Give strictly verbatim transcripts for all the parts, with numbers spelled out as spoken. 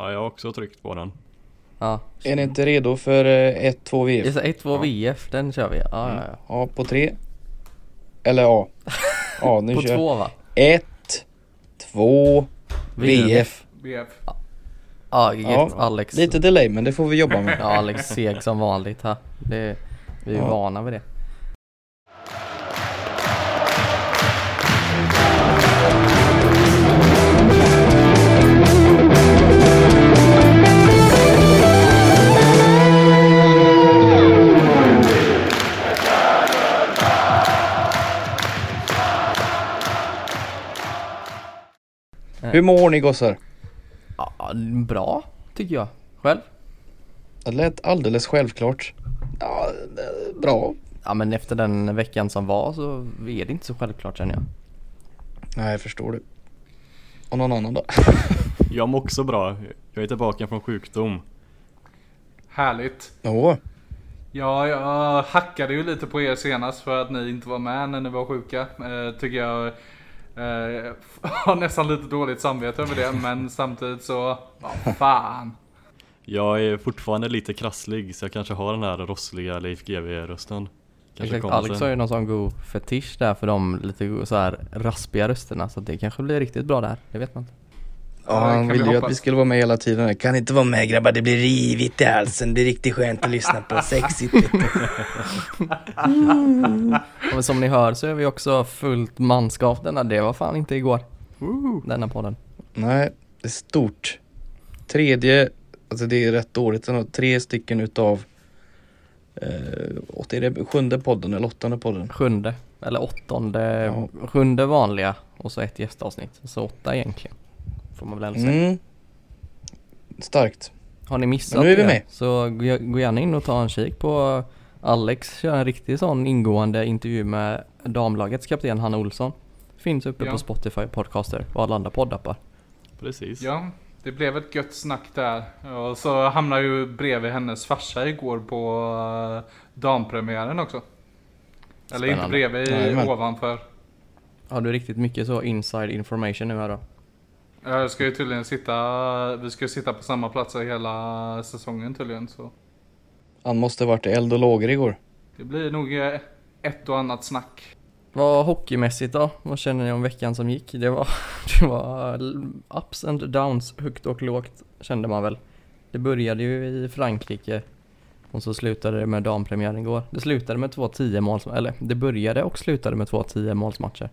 Ja, jag har också tryckt på den. Ja. Är ni inte redo för ett två V F? ett två V F, den kör vi. Ja, Mm. ja, ja. Ja, på tre. Eller ja. Ja, nu På kör två, va? ett, två, V F. B F. Ja, get Ja, Alex. lite delay, men det får vi jobba med. Ja, Alex seg som vanligt här. Det, vi är ju Ja. vana vid det. Hur mår ni, gossar? Ja, bra, tycker jag. Själv? Det lät alldeles självklart. Ja, eh, bra. Ja, men efter den veckan som var så är det inte så självklart, känner jag. Nej, jag förstår det. Och någon annan då? Jag mår också bra. Jag är tillbaka från sjukdom. Härligt. Åh, Ja, jag hackade ju lite på er senast för att ni inte var med när ni var sjuka. Eh, tycker jag eh, har nästan lite dåligt samvete över det, men samtidigt så, ja, fan. Jag är fortfarande lite krasslig, så jag kanske har den här rossliga Leif G W-rösten. Kanske Exakt, kommer Alex sen. har ju någon sån god fetisch där för de lite så här raspiga rösterna, så det kanske blir riktigt bra där. Det vet man inte. ja, Ja, det han kan vi ville ju att hoppas. vi skulle vara med hela tiden. Kan inte vara med, grabbar, det blir rivigt i halsen. Det är riktigt skönt att lyssna på. Sexigt. Ja, men som ni hör så är vi också fullt manskap denna. Det var fan inte igår. Denna podden. Nej, det är stort. Tredje, alltså det är rätt dåligt. Sen har tre stycken utav eh, åt- är det sjunde podden eller åttonde podden? Sjunde, eller åttonde, Ja. sjunde vanliga och så ett gästavsnitt. Så åtta egentligen. Får man väl ändå säga. Mm. Starkt. Har ni missat Men nu är vi det, med. så gå, gå gärna in och ta en kik på Alex. Kör en riktig sån ingående intervju med damlagets kapten Hanna Olsson. Finns uppe Ja. på Spotify, Podcaster och alla andra poddappar. Precis. Ja, det blev ett gött snack där. Och så hamnade ju bredvid hennes farsa igår på uh, dampremiären också. Eller inte Spännande. bredvid, Jajamän. ovanför. Har du riktigt mycket så inside information nu här då? Jag ska ju tydligen sitta, vi ska ju sitta på samma platser hela säsongen tydligen, så Han måste varit eld och lågor igår. det blir nog eh, ett och annat snack. Vad hockeymässigt då? Vad känner ni om veckan som gick? Det var, det var ups and downs, högt och lågt kände man väl. Det började ju i Frankrike och så slutade det med dampremiären igår. Det slutade med två tio måls, eller det började och slutade med två tio målsmatcher.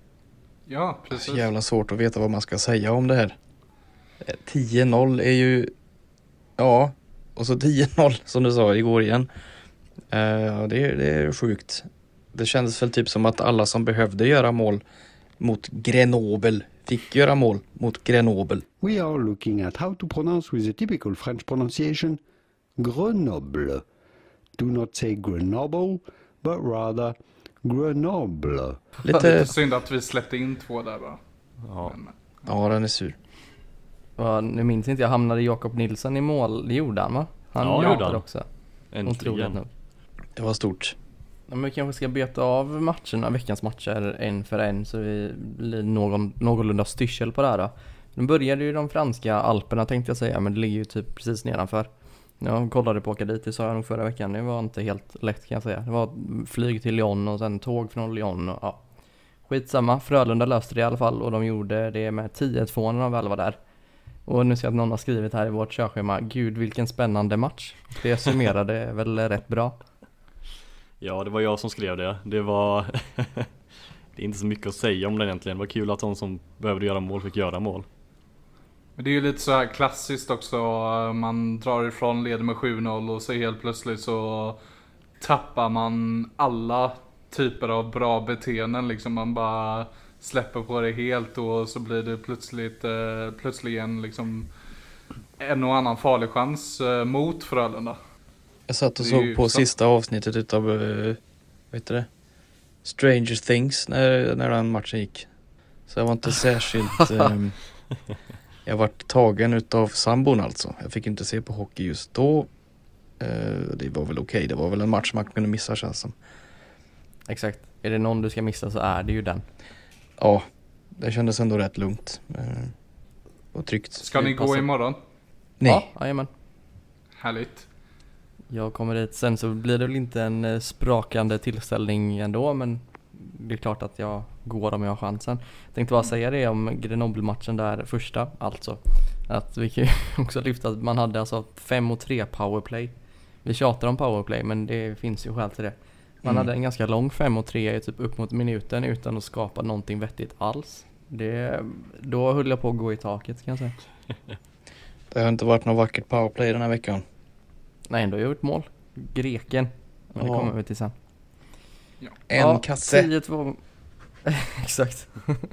Ja, Det är precis. så jävla svårt att veta vad man ska säga om det här. Eh, tio noll är ju... Ja, och så tio noll som du sa igår igen. Eh, Ja, det, är- det är sjukt. Det kändes väl typ som att alla som behövde göra mål mot Grenoble fick göra mål mot Grenoble. We are looking at how to pronounce with a typical French pronunciation Grenoble. Do not say Grenoble, but rather Grenoble. Lite Lite... synd att vi släppte in två där bara. Ja. Men, Ja, den är sur. Ja, nu minns inte jag, hamnade Jakob Nilsson i mål? Det gjorde han, va? Han Ja, gjorde gjorde han. det också. Otroligt Äntligen. nog. Det var stort. Ja, men vi kanske ska beta av matcherna, veckans matcher en för en, så vi blir någon, någorlunda styrsel på det här då. De började ju i de franska Alperna tänkte jag säga, men det ligger ju typ precis nedanför. Jag kollade på att åka dit, det sa jag nog förra veckan. Det var inte helt lätt kan jag säga. Det var flyg till Lyon och sen tåg från Lyon och ja. Skitsamma, Frölunda löste det i alla fall och de gjorde det med tio två när de väl var där. Och nu ser jag att någon har skrivit här i vårt körschema, gud vilken spännande match. Det summerade väl rätt bra. Ja, det var jag som skrev det. Det var... det är inte så mycket att säga om det egentligen. Det var kul att de som behövde göra mål fick göra mål. men det är ju lite så här klassiskt också. Man drar ifrån, leder med sju noll och så helt plötsligt så tappar man alla typer av bra beteenden. Liksom man bara släpper på det helt och så blir det plötsligt eh, plötsligen liksom en och annan farlig chans eh, mot Frölunda. Jag satt och Det är såg ju på så. sista avsnittet utav, uh, vad heter det? Stranger Things när, när den matchen gick. Så jag var inte särskilt... ehm, jag var tagen utav sambon alltså. Jag fick inte se på hockey just då. Eh, det var väl okej. Det var väl en match man kunde missa, känns som. Exakt. Är det någon du ska missa så är det ju den. Ja, det kändes ändå rätt lugnt. Eh, och tryggt. Ska ni gå passa- imorgon? Nej. Ja, jajamän. Härligt. Jag kommer dit, sen så blir det väl inte en eh, sprakande tillställning ändå, men det är klart att jag går om jag har chansen. Jag tänkte bara säga det om Grenoble-matchen där första, alltså. Att vi kan ju också lyfta att man hade alltså fem och tre powerplay. Vi tjatar om powerplay, men det finns ju skäl till det. Man Mm. hade en ganska lång fem och tre typ upp mot minuten utan att skapa någonting vettigt alls. Det, då höll jag på att gå i taket kan jag säga. Det har inte varit något vackert powerplay den här veckan. Nej, ändå har jag gjort mål. Greken. Men det Ja. kommer vi till sen. En Ja, kasse. tio två Exakt.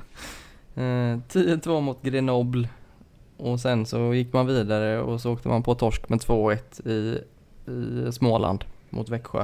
Eh, tio två mot Grenoble. Och sen så gick man vidare och så åkte man på torsk med två ett i, i Småland mot Växjö.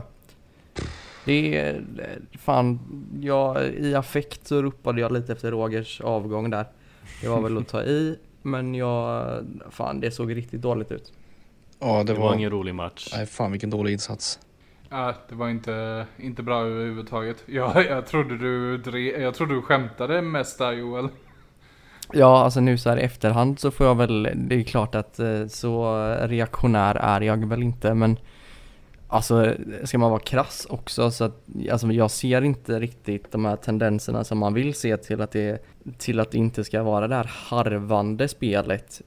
Det är fan, jag, i affekt så ropade jag lite efter Rogers avgång där. Det var väl att ta i, men jag, fan det såg riktigt dåligt ut. Ja, det, Det var... var ingen rolig match. Nej, fan vilken dålig insats. Ja, det var inte, inte bra överhuvudtaget. Jag, jag, trodde du dre, jag trodde du skämtade mest där, Joel. Ja, alltså nu så här i efterhand så får jag väl, det är klart att eh, så reaktionär är jag väl inte, men alltså ska man vara krass också så att alltså jag ser inte riktigt de här tendenserna som man vill se till att det till att det inte ska vara det här harvande spelet.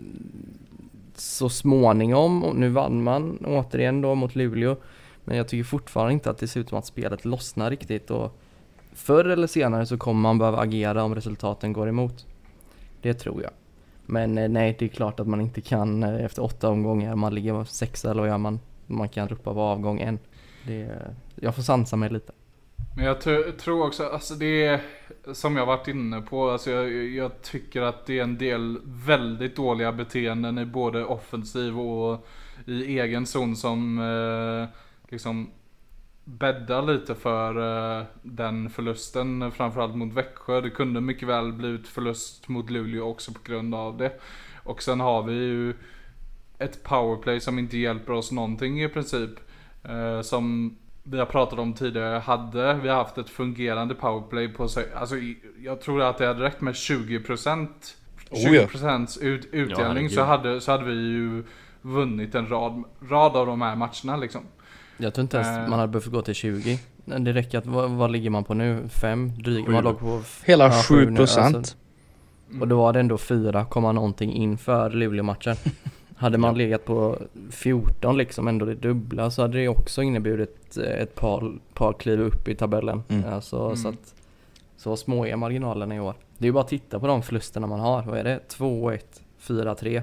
Så småningom, och nu vann man återigen då mot Luleå, men jag tycker fortfarande inte att det ser ut som att spelet lossnar riktigt, och förr eller senare så kommer man behöva agera om resultaten går emot. Det tror jag. Men eh, nej, det är klart att man inte kan eh, efter åtta omgångar, man ligger sexa eller vad gör man? Man kan ropa på avgång en. Det, jag får sansa mig lite. Men jag t- tror också, alltså det är som jag varit inne på, alltså jag, jag tycker att det är en del väldigt dåliga beteenden i både offensiv och i egen zon som eh, liksom bäddar lite för eh, den förlusten, framförallt mot Växjö. Det kunde mycket väl blivit förlust mot Luleå också på grund av det. Och sen har vi ju ett powerplay som inte hjälper oss någonting i princip. Eh, som vi har pratat om tidigare, hade vi haft ett fungerande powerplay på sig, alltså jag tror att det hade räckt med tjugo procent tjugo procent ut, utdelning, Ja, så, hade, så hade vi ju vunnit en rad, rad av de här matcherna liksom. Jag tror inte ens Eh. man hade behövt gå till tjugo. Det räcker att, vad, vad ligger man på nu? fem? Drygt, Sju. man låg på f- Hela ja, sju nu, procent. alltså. Och då var det ändå fyra komma någonting inför Luleå-matchen. Hade man legat på fjorton liksom, ändå det dubbla, så hade det också inneburit ett par, par kliv upp i tabellen. Mm. Alltså, Mm. så, att, så små är marginalerna i år. Det är ju bara att titta på de förlusterna man har. Vad är det? två ett, fyra tre.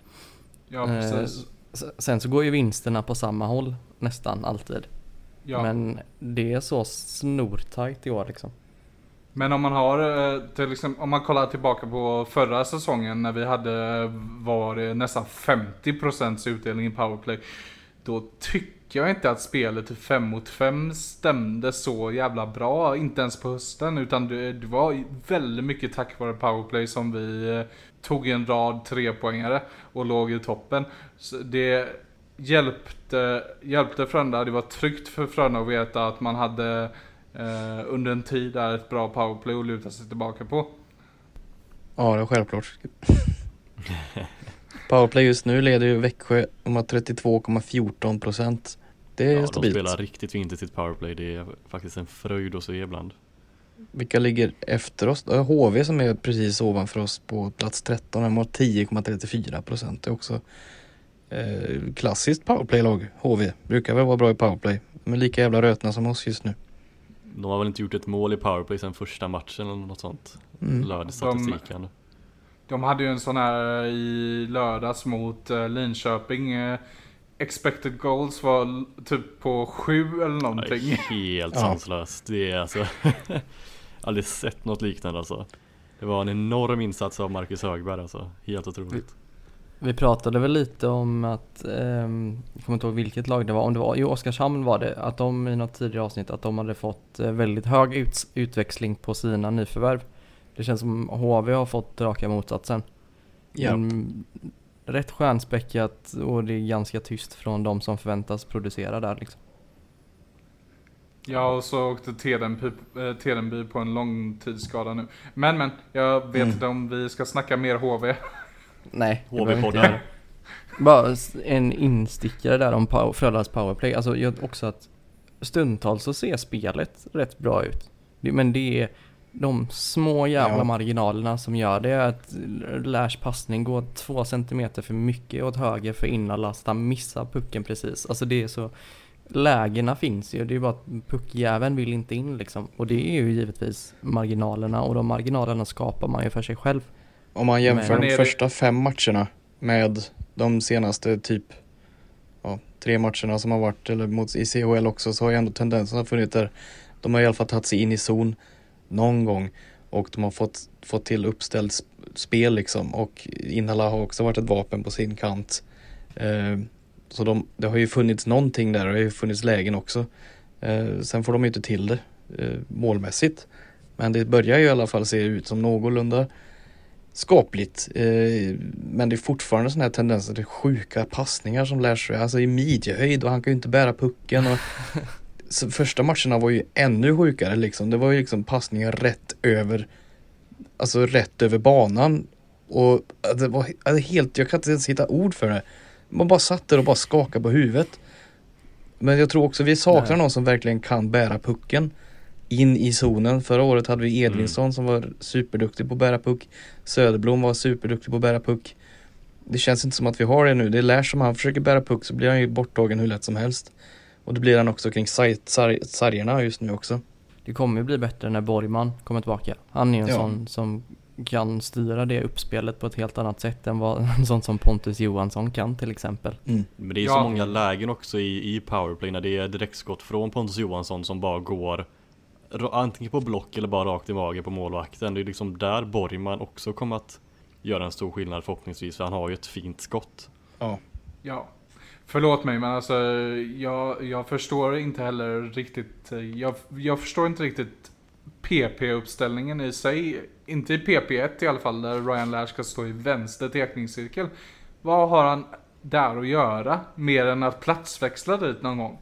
Ja, precis. Eh, s- sen så går ju vinsterna på samma håll nästan alltid. Ja. Men det är så snortajt i år liksom. Men om man har eh, till exempel, om man kollar tillbaka på förra säsongen när vi hade var det nästan femtio procent utdelning i powerplay, då tycker jag inte att spelet i fem mot fem stämde så jävla bra, inte ens på hösten, utan det, det var väldigt mycket tack vare powerplay som vi eh, tog en rad trepoängare och låg i toppen. Så det hjälpte, hjälpte Frölunda, det var tryggt för Frölunda att veta att man hade Uh, under en tid är ett bra powerplay att luta sig tillbaka på. Ja, det är självklart. Powerplay just nu leder ju Växjö, de har trettiotvå komma fjorton procent. Det är Ja, de stabilt. spelar riktigt fint i sitt powerplay. Det är faktiskt en fröjd att se ibland. Vilka ligger efter oss? Det är H V som är precis ovanför oss på plats tretton. De har tio komma trettiofyra procent. Det är också eh, klassiskt powerplay-lag. H V brukar väl vara bra i powerplay. Men lika jävla rötna som oss just nu. De har väl inte gjort ett mål i powerplay sedan första matchen eller något sånt. Mm. Lörde statistiken. De hade ju en sån här i lördags mot uh, Linköping. Uh, expected goals var l- typ på sju eller någonting. Nej, helt Ja. sanslöst. Det är alltså aldrig sett något liknande alltså. Det var en enorm insats av Marcus Högberg alltså. Helt otroligt. Vi pratade väl lite om att, ehm, jag kommer inte ihåg vilket lag det var, om det var, i Oskarshamn var det, att de i något tidigare avsnitt, att de hade fått eh, väldigt hög ut, utväxling på sina nyförvärv. Det känns som H V har fått raka motsatsen. Ja. Mm, rätt stjärnspäckat, och det är ganska tyst från de som förväntas producera där liksom. Ja, och så åkte Tedenby, eh, Tedenby på en långtidsskada nu. Men men, jag vet Mm. inte om vi ska snacka mer H V. Nej, det H behöver vi inte V-podden. göra. Bara en instickare där om power, Frölundas powerplay. Alltså jag också att stundtals så ser spelet rätt bra ut. Det, men det är de små jävla Ja. marginalerna som gör det. Att Lars passning går två centimeter för mycket åt höger för inallast. Han missar pucken precis. Alltså det är så... Lägena finns ju. Det är bara att puckjäveln vill inte in liksom. Och det är ju givetvis marginalerna. Och de marginalerna skapar man ju för sig själv. Om man jämför Men de är det- första fem matcherna med de senaste typ ja, tre matcherna som har varit, eller mot i C H L också, så har ju ändå tendensen funnits där. De har i alla fall tagit sig in i zon någon gång och de har fått, fått till uppställt sp- spel liksom, och Innala har också varit ett vapen på sin kant. Eh, så de, det har ju funnits någonting där, och det har ju funnits lägen också. Eh, sen får de ju inte till det eh, målmässigt. Men det börjar ju i alla fall se ut som någorlunda skapligt. Eh, men det är fortfarande sådana här tendenser till sjuka passningar som lär sig. Alltså i midjehöjd, och han kan ju inte bära pucken. Och så första matcherna var ju ännu sjukare liksom. Det var ju liksom passningar rätt över, alltså rätt över banan. Och det var alltså, helt, jag kan inte ens hitta ord för det. Man bara satt där och bara skakade på huvudet. Men jag tror också vi saknar Nej. någon som verkligen kan bära pucken in i zonen. Förra året hade vi Edvinsson Mm. som var superduktig på att bära puck. Söderblom var superduktig på att bära puck. Det känns inte som att vi har det nu. Det lär som han försöker bära puck så blir han ju borttagen hur lätt som helst. Och det blir han också kring sar- sar- sargerna just nu också. Det kommer ju bli bättre när Borgman kommer tillbaka. Han är ju en Ja. sån som kan styra det uppspelet på ett helt annat sätt än vad en sån som Pontus Johansson kan till exempel. Mm. Men det är Ja. så många lägen också i, i powerplay när det är direktskott från Pontus Johansson som bara går ra- antingen på block eller bara rakt i magen på målvakten. Det är liksom där Borgman också kommer att göra en stor skillnad förhoppningsvis, för han har ju ett fint skott. Ja. Ja, förlåt mig men alltså jag, jag förstår inte heller riktigt, jag, jag förstår inte riktigt P P-uppställningen i sig, inte i P P ett i alla fall där Ryan Lash ska stå i vänster teckningscirkel. Vad har han där att göra mer än att platsväxla dit någon gång?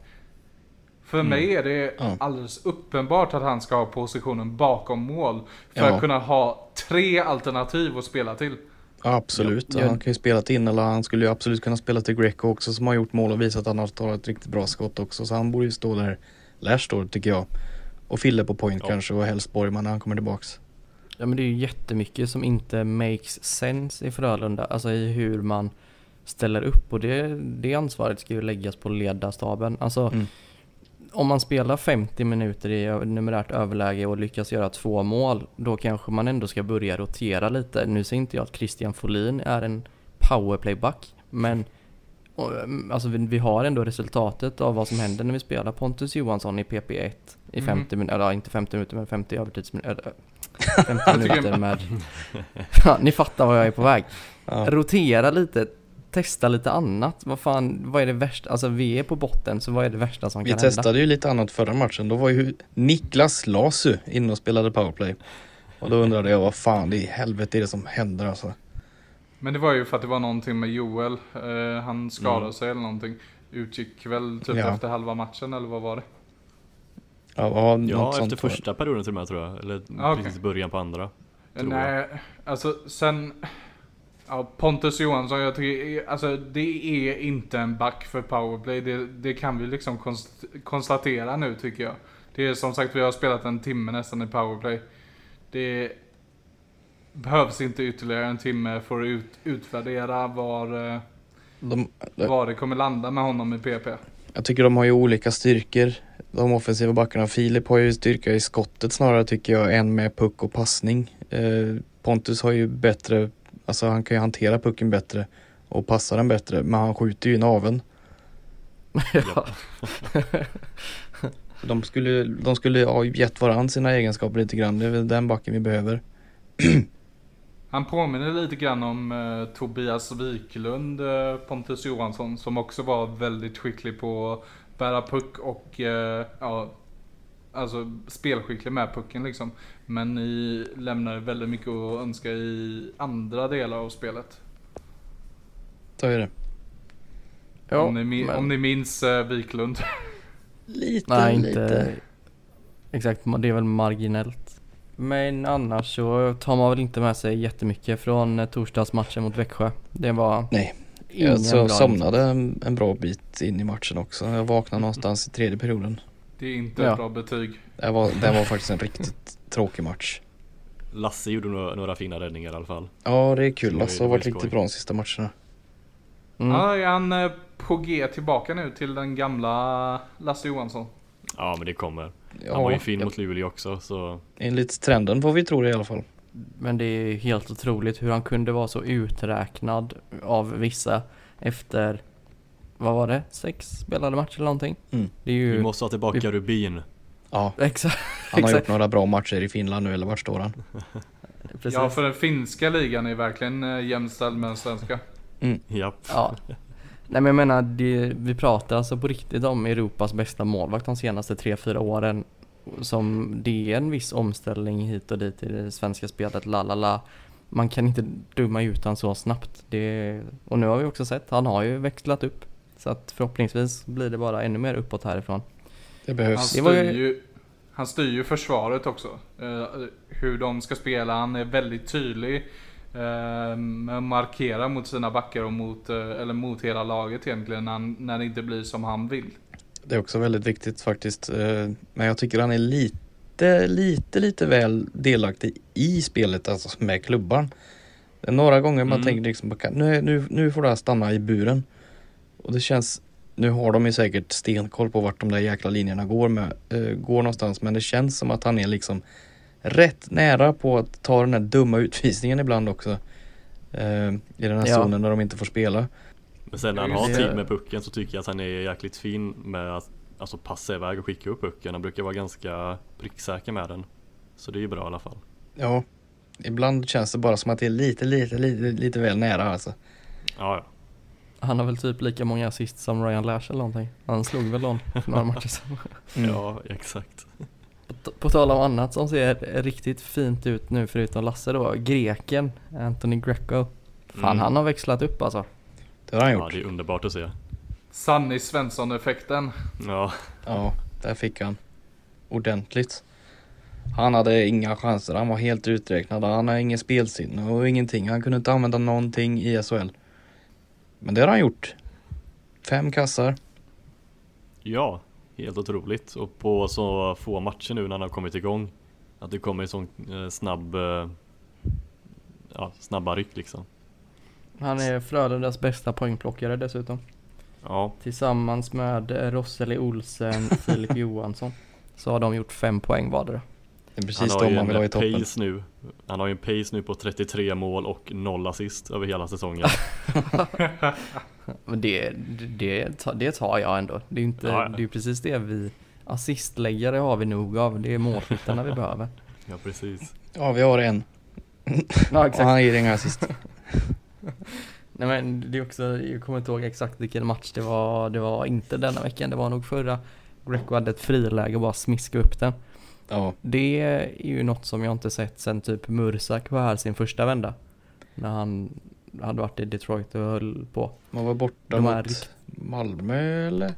För mig är det Ja. alldeles uppenbart att han ska ha positionen bakom mål för Ja. att kunna ha tre alternativ att spela till. Ja, absolut. Ja, jag- Han kan ju spela in, eller han skulle ju absolut kunna spela till Greco också, som har gjort mål och visat att han har tagit ett riktigt bra skott också. Så han borde ju stå där Lash står, tycker jag. Och Fille på point Ja. kanske, och helst Borgman när han kommer tillbaks. Ja, men det är ju jättemycket som inte makes sense i Frölunda. Alltså i hur man ställer upp. Och det, det ansvaret ska ju läggas på ledarstaben. Alltså Mm. om man spelar femtio minuter i numerärt överläge och lyckas göra två mål, då kanske man ändå ska börja rotera lite. Nu ser inte jag att Christian Folin är en powerplayback, men och, alltså vi, vi har ändå resultatet av vad som händer när vi spelar Pontus Johansson i P P ett i Mhm. femtio minuter, eller inte femtio minuter men femtio övertidsminuter. femtio Jag tycker- minuter med... Ja, ni fattar vad jag är på väg. Ja. Rotera lite, testa lite annat. Vad fan, vad är det värsta? Alltså vi är på botten, så vad är det värsta som Vi kan testade hända? ju lite annat förra matchen. Då var ju Niklas Lasu inne och spelade powerplay. Och då undrade jag, vad fan i helvete är det som händer alltså? Men det var ju för att det var någonting med Joel. Eh, han skadade Mm. sig eller någonting. Utgick väl typ Ja. efter halva matchen eller vad var det? Ja, ja, något Ja, sånt efter var- första perioden till och med tror jag. Eller Ah, okej. precis i början på andra. Tror Nej, alltså sen... Ja, Pontus Johansson, jag tycker, alltså det är inte en back för powerplay. Det, det kan vi liksom konst, konstatera nu tycker jag. Det är som sagt, vi har spelat en timme nästan i powerplay. Det behövs inte ytterligare en timme för att ut, utvärdera var, eh, De, var det kommer landa med honom i P P. jag tycker de har ju olika styrkor. De offensiva backarna. Filip har ju styrka i skottet snarare tycker jag, än med puck och passning. Eh, Pontus har ju bättre, alltså han kan ju hantera pucken bättre och passa den bättre, men han skjuter ju i naveln. Ja. De skulle, de skulle ha gett varandra sina egenskaper lite grann. Det är väl den backen vi behöver. Han påminner lite grann om eh, Tobias Wiklund, eh, Pontus Johansson, som också var väldigt skicklig på att bära puck och eh, ja, alltså spelskicklig med pucken liksom. Men ni lämnar väldigt mycket att önska i andra delar av spelet. Så är det. Ja, om, ni, mi- men- om ni minns eh, Wiklund. Lite, Nej, inte lite. exakt, det är väl marginellt. Men annars så tar man väl inte med sig jättemycket från eh, torsdagsmatchen mot Växjö. Det var Nej. ingen Jag så bra somnade en, en bra bit in i matchen också. Jag vaknade någonstans i tredje perioden. Det är inte Ja. ett bra betyg. Det var, det var faktiskt en riktigt tråkig match. Lasse gjorde några, några fina räddningar i alla fall. Ja, det är kul. Det var- Lasse det har var varit skoj. riktigt bra de sista matcherna. Mm. Ja, är han eh, på G tillbaka nu till den gamla Lasse Johansson? Ja, men det kommer. Ja, Han var ju fin ja, mot Luleå också, så enligt trenden får vi tro det i alla fall. Men det är helt otroligt hur han kunde vara så uträknad av vissa efter, vad var det? Sex spelade matcher eller någonting? Mm. Det är vi ju... måste ha tillbaka Rubin. Ja, Exakt. han har exakt. gjort några bra matcher i Finland nu, eller vart står han? Precis. Ja, för den finska ligan är verkligen eh, jämställd med den svenska. Japp. Ja. Nej men jag menar, det, vi pratar alltså på riktigt om Europas bästa målvakt de senaste tre fyra åren. Som det är en viss omställning hit och dit i det svenska spelet, la la la. Man kan inte döma ut han så snabbt. Det, och nu har vi också sett, han har ju växlat upp. Så att förhoppningsvis blir det bara ännu mer uppåt härifrån. Det Han behövs. Det var styr ju- ju, han styr ju försvaret också. Eh, hur de ska spela. Han är väldigt tydlig. Eh, med att markera mot sina backar och mot, eh, eller mot hela laget egentligen. När, han- när det inte blir som han vill. Det är också väldigt viktigt faktiskt. eh, Men jag tycker han är lite, lite, lite väl delaktig i spelet, alltså med klubban. Det är några gånger man Mm. tänker liksom, nu, nu, nu får det här stanna i buren. Och det känns, nu har de ju säkert stenkoll på vart de där jäkla linjerna går, med, eh, går någonstans. Men det känns som att han är liksom rätt nära på att ta den här dumma utvisningen ibland också. Eh, I den här Ja. zonen där de inte får spela. Men sen när han Ja, har just tid det. med pucken så tycker jag att han är jäkligt fin med att alltså, passa iväg och skicka upp pucken. Han brukar vara ganska pricksäker med den. Så det är ju bra i alla fall. Ja, ibland känns det bara som att det är lite, lite, lite, lite väl nära alltså. Ja, ja. Han har väl typ lika många assist som Ryan Lash eller någonting. Han slog väl någon för några matcher sedan. Mm. Ja, exakt. På, t- på tal om annat som ser riktigt fint ut nu förutom Lasse då, greken Anthony Greco. Fan, Mm. han har växlat upp alltså. Det har han Ja, gjort. det är underbart att se. Sanny Svensson-effekten. Ja, Ja, där fick han ordentligt. Han hade inga chanser, han var helt uträknad. Han har ingen spelsinne och ingenting. Han kunde inte använda någonting i S H L. Men det har han gjort. Fem kassar. ja, helt otroligt. Och på så få matcher nu när han har kommit igång. Att det kommer en sån eh, snabb eh, ja, snabba ryck liksom. Han är Frölundas bästa poängplockare dessutom. Ja, Tillsammans med eh, Rosseli Olsen, Filip Johansson. Så har de gjort fem poäng vardera. Det är han precis har de ju man vill ha i en toppen. pace nu. Han har ju en pace nu på trettiotre mål och noll assist över hela säsongen. Men det, det, det, det tar jag ändå. Det är ju inte, Ja, ja. det är ju precis det vi... Assistläggare har vi nog av. Det är målskyttarna vi behöver. Ja, precis. Ja, vi har en. Ja, Och han ger inga assist. Nej men det är också, jag kommer inte ihåg exakt vilken match det var. Det var inte denna veckan, det var nog förra. Greco hade ett friläge och bara smiska upp den. Ja, Det är ju något som jag inte sett sen typ Mursak var här sin första vända. När han hade varit i Detroit och höll på. man var borta De är mot rikt- Malmö eller?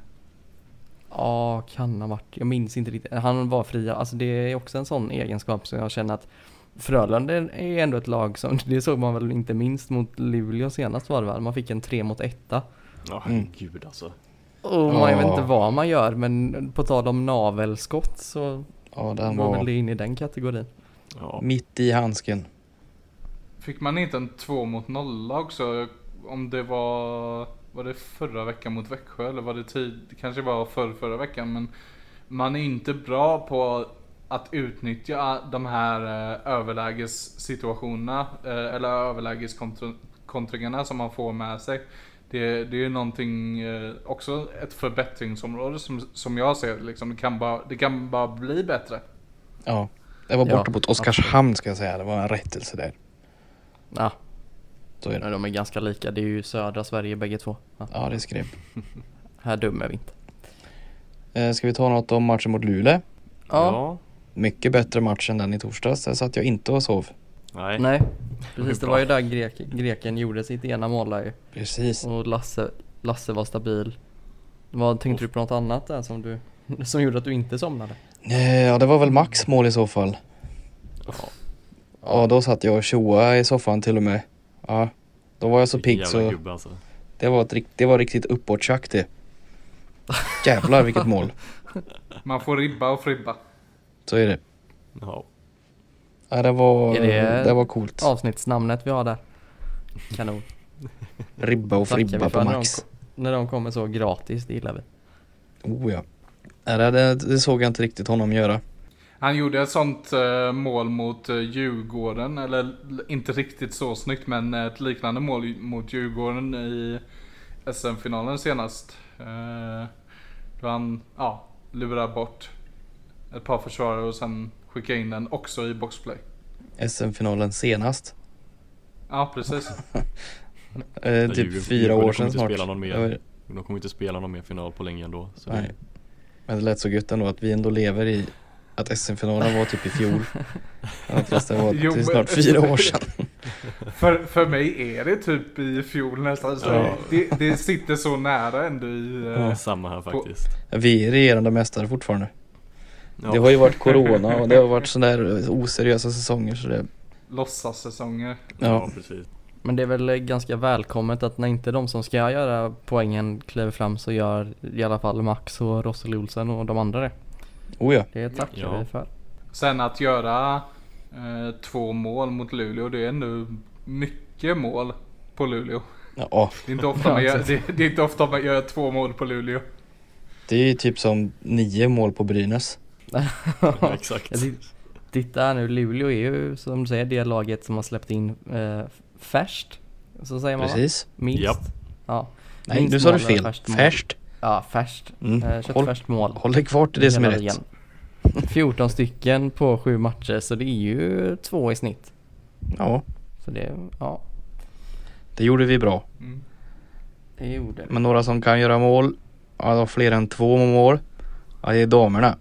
Ja, kan ha varit. Jag minns inte riktigt. Han var fria. Alltså det är också en sån egenskap som jag känner att Frölunda är ändå ett lag som, det såg man väl inte minst mot Luleå senast var det väl. Man fick en tre mot etta. Ja, Mm. herregud alltså. Och man Ja. vet inte vad man gör, men på tal om navelskott så Ja, den var väl var det in i den kategorin. Ja, mitt i handsken. Fick man inte en två mot noll också? Om det var... Var det förra veckan mot Växjö? Eller var det tid? Det kanske var för förra veckan. Men man är inte bra på att utnyttja de här eh, överlägessituationerna. Eh, eller överlägeskontringarna som man får med sig. Det, det är ju någonting, eh, också ett förbättringsområde som, som jag ser. Liksom, det, kan bara, det kan bara bli bättre. Ja, det var Ja, borta mot Oskarshamn ska jag säga. Det var en rättelse där. Ja, Så är det. de är ganska lika. Det är ju södra Sverige bägge två. Ja, Ja, det skrev. här dömer vi inte. Eh, ska vi ta något om matchen mot Luleå? Ja, ja. Mycket bättre match än den i torsdags. Där satt jag inte och sov. Nej. nej. Precis, det bra. var ju där grek, greken gjorde sitt ena mål där ju. Precis. Och Lasse, Lasse var stabil. Vad tänkte du på något annat där som du som gjorde att du inte somnade? Eh, ja, det var väl Max mål i så fall. Ja, Ja, då satt jag och tjoa i soffan till och med. Ja, då var jag så vilken pigg jävla så gubbe alltså. det Det var, ett, rikt- det var riktigt uppåttjack det. Jävlar vilket mål. Man får ribba och fribba. Så är det. Ja. Ja, det var, Är det- det var coolt. Avsnittsnamnet vi har där. Kanon. Ribba och Tackar vi fribba för på när de max. ko- När de kommer så gratis, det gillar vi. Oh ja. Nej, det, det, det såg jag inte riktigt honom göra. Han gjorde ett sånt eh, mål mot eh, Djurgården, eller l- inte riktigt så snyggt, men ett liknande mål mot Djurgården i S M-finalen senast. Eh, då han, ja, lurar bort ett par försvarare och sen skickar in den också i boxplay. S M-finalen senast. Ja, precis. Eh, Djurgården- typ fyra Djurgården år kommer sedan inte snart. spela någon mer. Jag vet- De kommer inte spela någon mer final på länge ändå. Så Nej. det, Men det lät så gött ändå att vi ändå lever i att S M-finalen var typ i fjol. Ja, fast det var Jo, till men- snart fyra år sedan. för, för mig är det typ i fjol nästan. Så Ja. det, det sitter så nära ändå i... eh, Ja. samma här faktiskt. Vi är regerande mästare fortfarande. Ja. Det har ju varit corona och det har varit sådana där oseriösa säsonger så det, låtsassäsonger. Ja, ja. precis. Men det är väl ganska välkommet att när inte de som ska göra poängen kliver fram så gör i alla fall Max och Rossel Olsen och de andra det. Oh ja. Det tackar Ja. vi för. Sen att göra eh, två mål mot Luleå, det är ändå mycket mål på Luleå. Ja, Det är inte ofta man gör, det, det är inte ofta man gör två mål på Luleå. det är ju typ som nio mål på Brynäs. Ja, exakt. Ja, det- Titta här nu, Luleå är ju som du säger det laget som har släppt in eh, färskt. Så säger man va? Precis. Minst. Japp. Ja. Nej, Minst nu sa du mål eller fel. färskt mål. Färskt. Ja, färskt. Mm. Eh, Håll, köttfärskt mål. håll dig kvar till det som är Hela rätt. ligan. fjorton stycken på sju matcher, så det är ju två i snitt. Ja, Så det, ja, det gjorde vi bra. Mm. det gjorde det. Men några som kan göra mål, ja, fler än två mål, ja, det är damerna.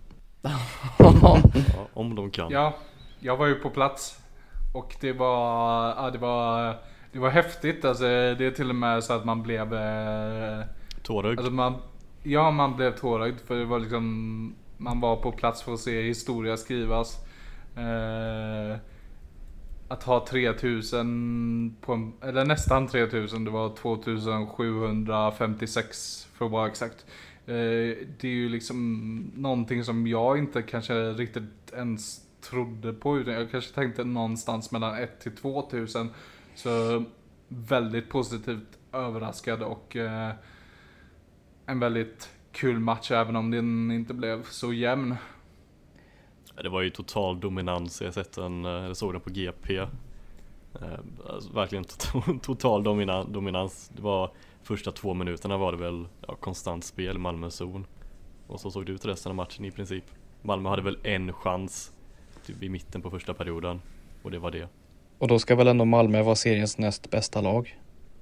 Ja, om de kan. Ja, jag var ju på plats. Och det var, ja, det var, det var häftigt. Alltså, det är till och med så att man blev... Eh, Tårögd. alltså man, ja, man blev tårögd. För det var liksom... Man var på plats för att se historia skrivas. Eh, att ha tre tusen på en, eller nästan tre tusen, det var tvåtusensjuhundrafemtiosex för att vara exakt. Eh, det är ju liksom någonting som jag inte kanske riktigt ens trodde på, utan jag kanske tänkte någonstans mellan ett till två tusen. Så väldigt positivt överraskad och eh, en väldigt kul match, även om den inte blev så jämn. Det var ju total dominans. Jag sett den, jag såg den på G P. Eh, Alltså, verkligen to- total domina- dominans. Det var första två minuterna var det väl ja, konstant spel i Malmös zon. Och så såg det ut resten av matchen i princip. Malmö hade väl en chans typ i mitten på första perioden. Och det var det. Och då ska väl ändå Malmö vara seriens näst bästa lag.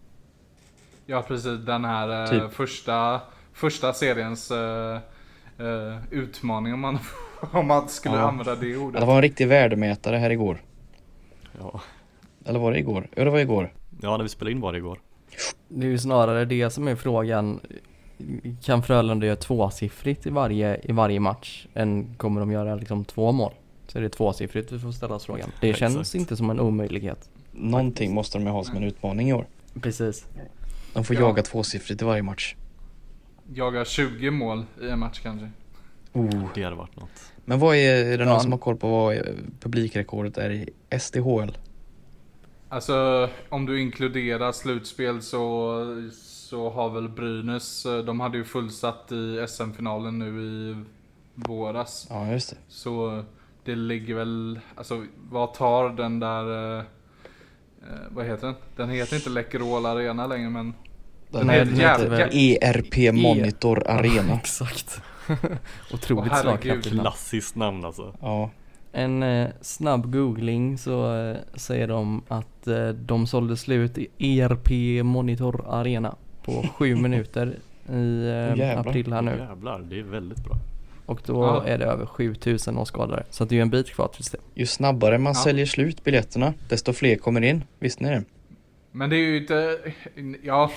Ja, precis, den här eh, Typ. första, första seriens eh, eh, utmaning, om man, om man skulle Ja. använda det Ja, ordet. det var en riktig värdemätare här igår. Ja, Eller var det igår? Ja, det var igår. ja när vi spelade in var det igår. Det är ju snarare det som är frågan. Kan Frölunda göra tvåsiffrigt i varje, i varje match? Än kommer de göra liksom två mål? Så är det tvåsiffrigt vi får ställa oss frågan. Det känns Exakt. inte som en omöjlighet. Någonting måste de ju ha som en utmaning i år. Precis. De får Ja. jaga tvåsiffrigt i varje match. Jagar tjugo mål i en match kanske. Oh. Det hade varit något. Men vad är, är det någon Ja. som har koll på vad eh, publikrekordet är i S D H L? Alltså, om du inkluderar slutspel så, så har väl Brynäs, eh, de hade ju fullsatt i S M-finalen nu i våras. Ja, just det. Så det ligger väl, alltså vad tar den där, eh, eh, vad heter den? Den heter inte Läkerol Arena längre, men Den Nej, heter den heter väl- E R P Monitor Arena. Exakt. Åh, Otroligt herregud. slagkraftigt namn. Klassiskt namn alltså. Ja, En eh, snabb googling så eh, säger de att eh, de sålde slut i E R P Monitor Arena på sju minuter i eh, Åh, jävlar. april här nu. Jävlar, det är väldigt bra. Och då Ja. är det över sjutusen åskådare. Så att det är ju en bit kvar tills det. ju snabbare man Ja. säljer slut biljetterna, desto fler kommer in. Visste ni det? Men det är ju inte, ja,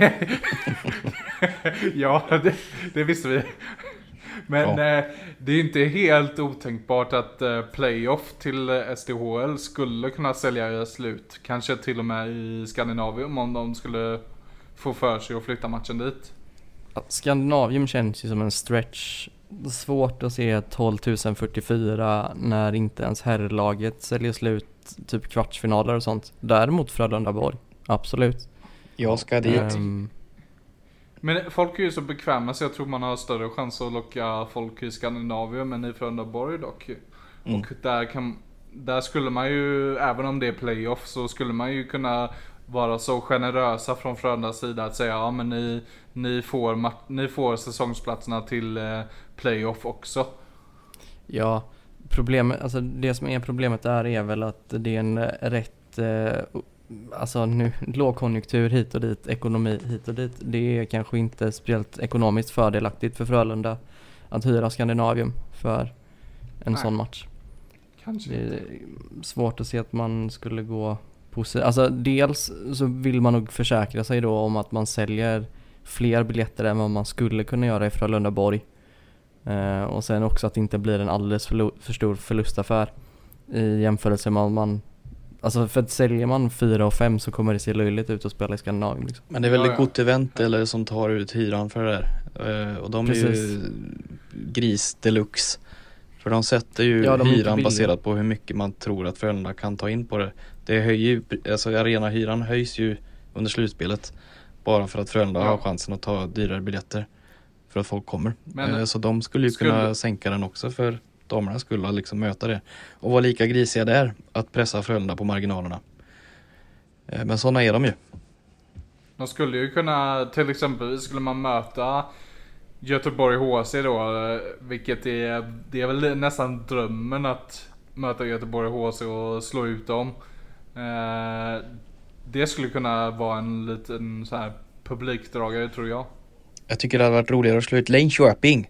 ja det, det visste vi. Men Ja. eh, det är inte helt otänkbart att eh, playoff till eh, S D H L skulle kunna sälja slut. Kanske till och med i Skandinavium om de skulle får för sig att flytta matchen dit. Skandinavium känns ju som en stretch. Svårt att se tolv tusen fyrtiofyra när inte ens herrlaget säljer slut typ kvartsfinaler och sånt. Däremot Frölundaborg, absolut. Jag ska dit. Um, Men folk är ju så bekväma så jag tror man har större chans att locka folk i Skandinavium än i Frölundaborg dock. Mm. Och där, kan, där skulle man ju, även om det är playoff, så skulle man ju kunna vara så generösa från Frölundas sida att säga ja men ni, ni, får, mat- ni får säsongsplatserna till eh, playoff också. ja, problemet, alltså det som är problemet där är väl att det är en rätt, eh, alltså nu lågkonjunktur hit och dit, ekonomi hit och dit. Det är kanske inte speciellt ekonomiskt fördelaktigt för Frölunda att hyra Skandinavium för en Nej. sån match. Kanske Det inte. är svårt att se att man skulle gå positivt. Alltså dels så vill man nog försäkra sig då om att man säljer fler biljetter än vad man skulle kunna göra i Frölundaborg. Eh, och sen också att det inte blir en alldeles för, för stor förlustaffär i jämförelse med om man, alltså för att säljer man fyra och fem så kommer det se löjligt ut att spela i Skandinavien liksom. Men det är väl Ja, ett ja. gott event eller som tar ut hyran för det där. Eh, och de är Precis. ju gris deluxe. För de sätter ju Ja, de är inte hyran billiga. baserat på hur mycket man tror att Frölunda kan ta in på det. Det höjer ju, alltså arenahyran höjs ju under slutspelet. Bara för att Frölunda Ja. har chansen att ta dyrare biljetter. För att folk kommer. Men- eh, så de skulle ju skulle- kunna sänka den också för damerna skulle liksom möta det. Och vara lika grisiga där att pressa Frölunda på marginalerna. Eh, men sådana är de ju. De skulle ju kunna, till exempel skulle man möta Göteborg H C då, eh, vilket är, det är väl nästan drömmen att möta Göteborg H C och slå ut dem. Eh, det skulle kunna vara en liten så här publikdragare tror jag. Jag tycker det hade varit roligare att slå ut Linköping.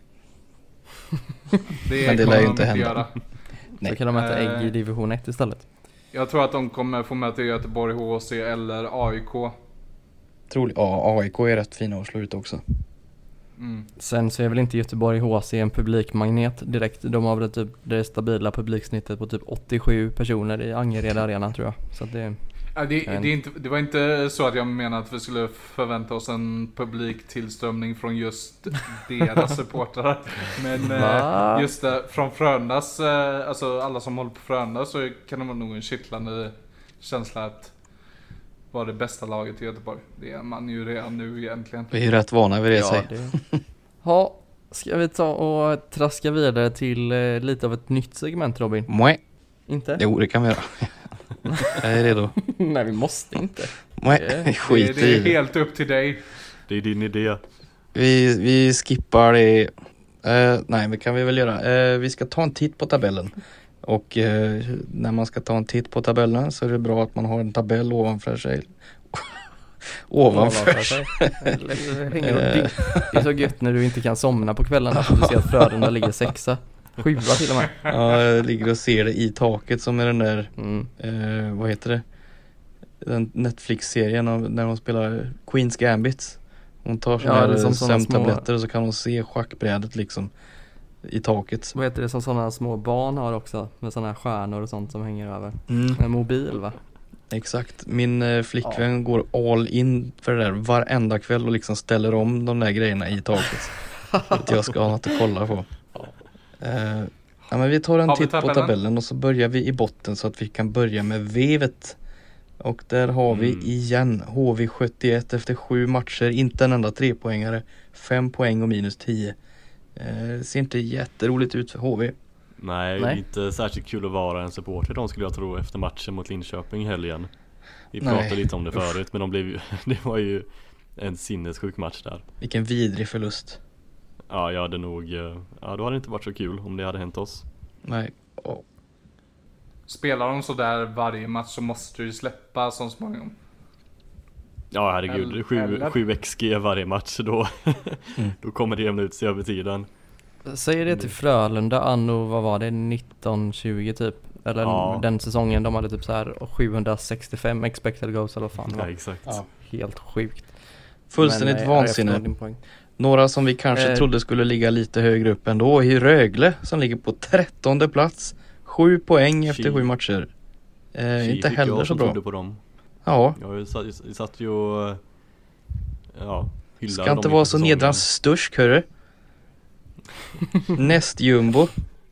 Det Men det kommer lär ju de inte hända. göra. Nej. Så kan de äta ägg i Eh. division ett istället. Jag tror att de kommer få möta Göteborg H C eller A I K. Troligt. Ja, A I K är rätt fina att slå ut också. Mm. Sen så är väl inte Göteborg H C en publikmagnet direkt. De har väl typ det stabila publiksnittet på typ åttiosju personer i Angered Arena tror jag. Så att det, Ja, det, Jag vet det, är inte, det var inte så att jag menade att vi skulle förvänta oss en publiktillströmning från just deras supportrar. Men Va? eh, just det, från Frölundas, eh, alltså alla som håller på Frölunda, så kan det vara nog en kittlande känsla att vara det bästa laget i Göteborg. Det är man ju redan nu egentligen. Vi är ju rätt vana vid det, ja, säg. det. Ha, ska vi ta och traska vidare till eh, lite av ett nytt segment Robin? Mwah. Inte? Jo, det kan vi göra. Jag är redo. Nej, vi måste inte. Mwah. Det- Det, Skit det är i det. helt upp till dig. Det är din idé. Vi, vi skippar det. Eh, nej, men kan vi väl göra. Eh, vi ska ta en titt på tabellen. Och eh, när man ska ta en titt på tabellen så är det bra att man har en tabell ovanför sig. ovanför sig. Eller hänger och dig- Det är så gött när du inte kan somna på kvällarna för du ser att Frölunda ligger sexa. Sjua till och med. Ja, jag ligger och ser det i taket som är den där, Mm. eh, vad heter det? Den Netflix-serien av, när hon spelar Queen's Gambit. Hon tar Ja, såna det är här som såna sömntabletter och så kan hon se schackbrädet liksom i taket. Vad heter det som sådana små barn har också? Med sådana här stjärnor och sånt som hänger över. Mm. En mobil va? Exakt. Min eh, flickvän går all in för det där varenda kväll och liksom ställer om de där grejerna i taket. För att jag ska ha något att kolla på. Eh, ja, men vi tar en Har vi titt på tabellen? tabellen och så börjar vi i botten så att vi kan börja med vevet. Och där har vi Mm. igen H V sjuttioett efter sju matcher, inte en enda trepoängare. Fem poäng och minus tio. Eh, ser inte jätteroligt ut för H V. Nej, Nej. inte särskilt kul att vara en supporter. De skulle jag tro efter matchen mot Linköping i helgen. Vi Nej. pratade lite om det förut, men de blev ju, det var ju en sinnessjuk match där. Vilken vidrig förlust. Ja, jag hade nog, eh, ja då hade det inte varit så kul om det hade hänt oss. Nej. Och Spelar de så där varje match så måste du släppa som småningom. Ja, herregud, Eller- sju, eller- sju X G varje match då, Mm. då kommer det jämna ut sig över tiden. Säger det till Frölunda anno, vad var det, nitton tjugo typ? Eller Ja. den säsongen de hade typ så här sjuhundrasextiofem expected goals eller vad fan det Ja, var. exakt. Ja. Helt sjukt. Fullständigt Men, eh, ja, jag vansinne. förstår din poäng. Några som vi kanske Eh. trodde skulle ligga lite högre upp ändå är Rögle som ligger på trettonde plats. Sju poäng efter Tji. sju matcher. Eh, Tji, inte fick heller jag så som bra. trodde på dem. Ja, Jag satt, jag satt ju och ja, hyllar Ska dem inte inför vara så säsongen. nedrans störst, hörru. Näst jumbo.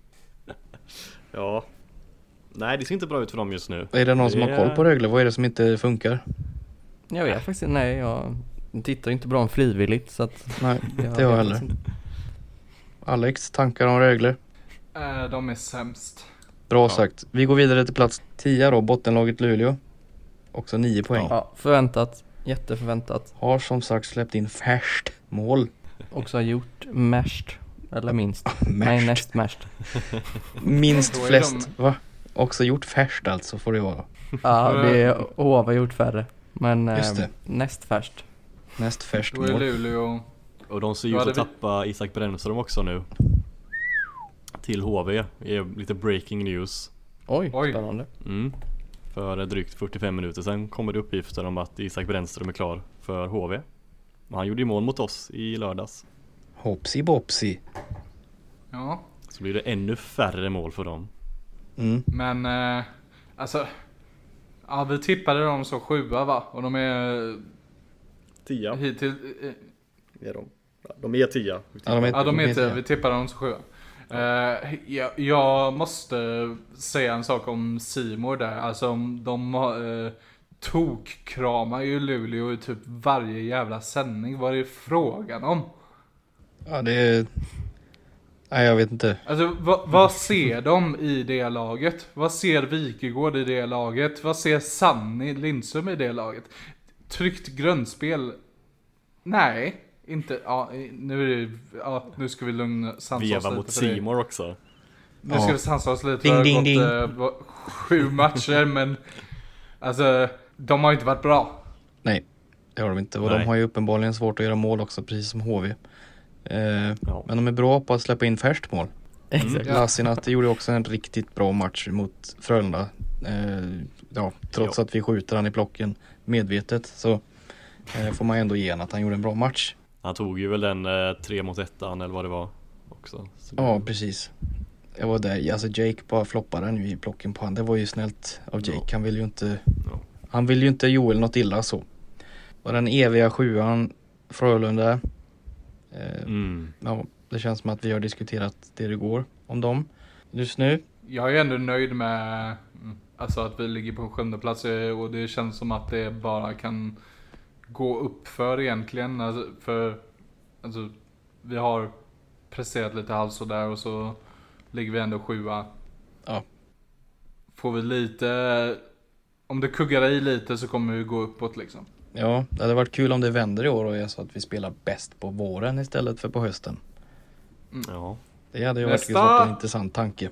Ja. Nej, det ser inte bra ut för dem just nu. Är det någon Det som har är- koll på Rögle? Vad är det som inte funkar? Jag vet faktiskt inte, nej jag tittar inte på dem frivilligt så att Nej, jag inte jag vet heller. faktiskt inte. Alex, tankar om Rögle? Eh, de är sämst. Bra Ja. sagt. Vi går vidare till plats tio då, bottenlaget Luleå. Också nio poäng. Ja, förväntat, jätteförväntat. Har som sagt släppt in färskt mål. Också har gjort mest, eller minst. Nej, Märst. näst mest. Minst Då är flest, va? Också gjort färskt alltså får det vara. Ja, det är H V har gjort färre. Men Just det. eh, näst färst. Näst färskt Då är mål. Luleå... Och de ser ju Ja, ut att det- tappa Isak Brännström också nu. Till H V. Det är lite breaking news. Oj, Oj. spännande. Mm. För drygt fyrtiofem minuter sedan kommer det uppgifter om att Isak Brännström är klar för H V. Men han gjorde ju mål mot oss i lördags. Hoppsi bopsi. Ja. Så blir det ännu färre mål för dem. Mm. Men eh, alltså... Ja, vi tippade dem som sjua va? Och de är Tia hittills... eh, är de. De är tia. Ja, de är, Ja, de är inte, inte- vi tippade dem som sjua. Uh, jag, jag måste säga en sak om Simor där. Alltså om de uh, tokkramar ju Luleå i typ varje jävla sändning. Vad är det frågan om? Ja, det är... Nej, jag vet inte. Alltså vad, vad ser de i det laget? Vad ser Wikegård i det laget? Vad ser Sanni Lindström i det laget? Tryggt grundspel? Nej, inte. Ja, nu är det, ja, nu ska vi lugna sansa oss Veva lite mot för det. Simor också. Nu ska Ja. vi sansa oss lite. Ding, Det har ding, gått ding. eh, vad- sju matcher men alltså de har inte varit bra. Nej, det har de inte. Och Nej. de har ju uppenbarligen svårt att göra mål också, precis som H V. Eh, Ja. Men de är bra på att släppa in färskt mål. Exakt. Ja. Lassinantti gjorde också en riktigt bra match mot Frölunda. Eh, ja, trots Ja. att vi skjuter han i plocken medvetet så eh, får man ändå ge han att han gjorde en bra match. Han tog ju väl den eh, tre mot ettan eller vad det var också. Så det- Ja, precis. Jag var där, alltså Jake bara floppade den ju i plocken på han. Det var ju snällt av Jake. Ja. Han vill ju inte Ja. Han vill ju inte Joel något illa så. Och den eviga sjuan Frölunda. Eh, Mm. Ja, det känns som att vi har diskuterat det det går om dem just nu. Jag är ändå nöjd med mm, alltså att vi ligger på sjunde plats eh, och det känns som att det bara kan gå upp för egentligen. Alltså, för alltså, vi har presterat lite halvt där och så ligger vi ändå sjua. Ja. Får vi lite, om det kuggar i lite så kommer vi gå uppåt liksom. Ja, det hade varit kul om det vänder i år och är så att vi spelar bäst på våren istället för på hösten. Ja. Det hade ju Nästa. varit en intressant tanke.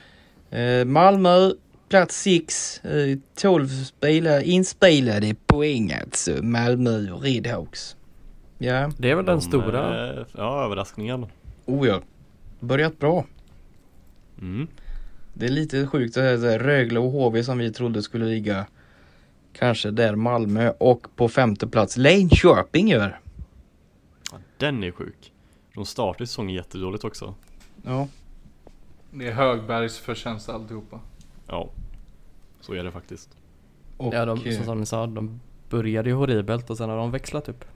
Eh, Malmö, plats sex, eh, tolv spelare, inspelade poäng alltså. Malmö och Redhawks. Ja, Det är väl den De, stora. eh, Ja, överraskningen. oh ja. Börjat bra. Mm. Det är lite sjukt att säga Rögle och H V som vi trodde skulle ligga kanske där Malmö och på femte plats Linköping gör. Ja, den är sjuk. De startade säsongen jättedåligt också. Ja, Det är Högbergs förtjänst alltihopa. Ja, så är det faktiskt. och, Ja, de, eh, så som ni sa, de började ju horribelt och sen har de växlat upp.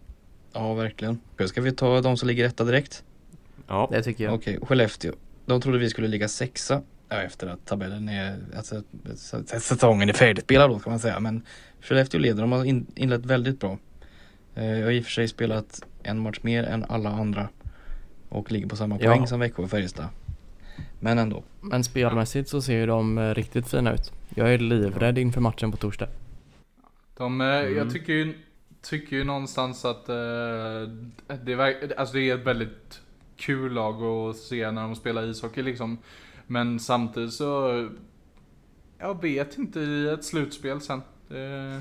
ja verkligen. Ska vi ta de som ligger etta direkt? Ja, Det tycker jag. Okej, Skellefteå. De trodde vi skulle ligga sexa. Ja, efter att tabellen är, alltså s- säsongen är färdigspelad då kan man säga. Men Skellefteå leder, de har in, inlett väldigt bra. Eh, Jag har i och för sig spelat en match mer än alla andra. Och ligger på samma Ja. poäng som Växjö och Färjestad. Men ändå. Men spelmässigt så ser ju de eh, riktigt fina ut. Jag är livrädd inför matchen på torsdag. De, eh, Mm. Jag tycker ju, tycker ju någonstans att eh, det, är, verk- alltså det är ett väldigt kul lag att se när de spelar ishockey liksom. Men samtidigt så, jag vet inte i ett slutspel sen. Eh,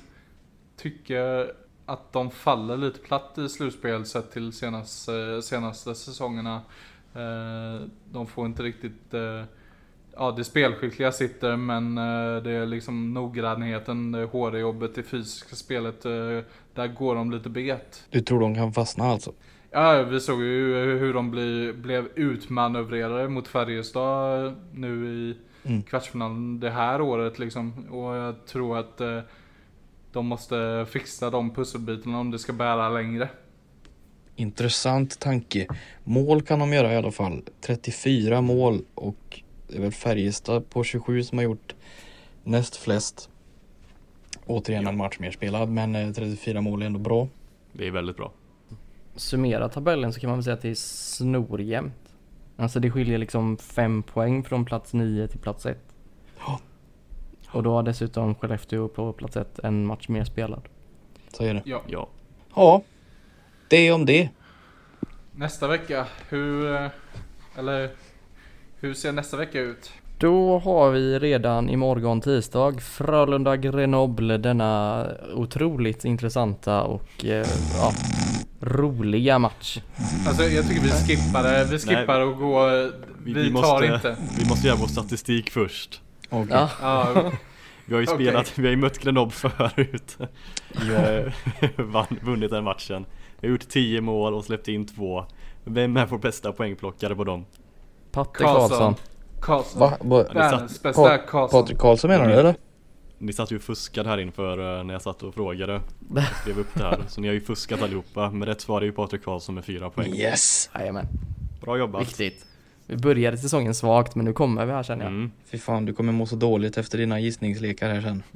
tycker att de faller lite platt i slutspel sett till senaste, senaste säsongerna. Eh, de får inte riktigt... Eh, ja, det spelskickliga sitter, men eh, det är liksom noggrannheten, det hårda jobbet, det fysiska spelet. Eh, där går de lite bet. Du tror de kan fastna alltså? Ja, vi såg ju hur de bli, blev utmanövrerade mot Färjestad nu i Mm. kvartsfinalen det här året liksom. Och jag tror att eh, de måste fixa de pusselbitarna om det ska bära längre. Intressant tanke. Mål kan de göra i alla fall. trettiofyra mål och det är väl Färjestad på tjugosju som har gjort näst flest. Återigen Ja. en match mer spelad, men eh, trettiofyra mål är ändå bra. Det är väldigt bra. Summera tabellen så kan man väl säga att det är snorjämnt. Alltså det skiljer liksom fem poäng från plats nio till plats ett. Ja. Och då har dessutom Skellefteå på plats ett en match mer spelad. Så är det. Ja. Ja. Ja, det är om det. Nästa vecka, hur... eh, Eller... Hur ser nästa vecka ut? Då har vi redan imorgon tisdag Frölunda-Grenoble, denna otroligt intressanta och eh, ja, roliga match. Alltså jag tycker vi skippar det. Vi skippar och går... Vi, Vi, vi, tar måste, inte. vi måste göra vår statistik först. Okej. Ja, Ja, Vi har ju Okej. spelat, vi har ju mött Grenoble förut. Ja. Vann, vunnit den matchen. Vi har gjort tio mål och släppt in två. Vem är vår bästa poängplockare på dem? Patte Karlsson. Karlsson. Karlsson. Va? Va? Världens bästa Karlsson. Patrik Karlsson menar du eller? Ni satt ju och fuskade här inför eh, när jag satt och frågade. Jag skrev upp det här. Så ni har ju fuskat allihopa. Men rätt svar är ju Patrik Karlsson med fyra poäng. Yes! Jajamän, Bra jobbat. viktigt. Vi började säsongen svagt men nu kommer vi här känner jag. Mm. Fy fan, du kommer må så dåligt efter dina gissningslekar här sen.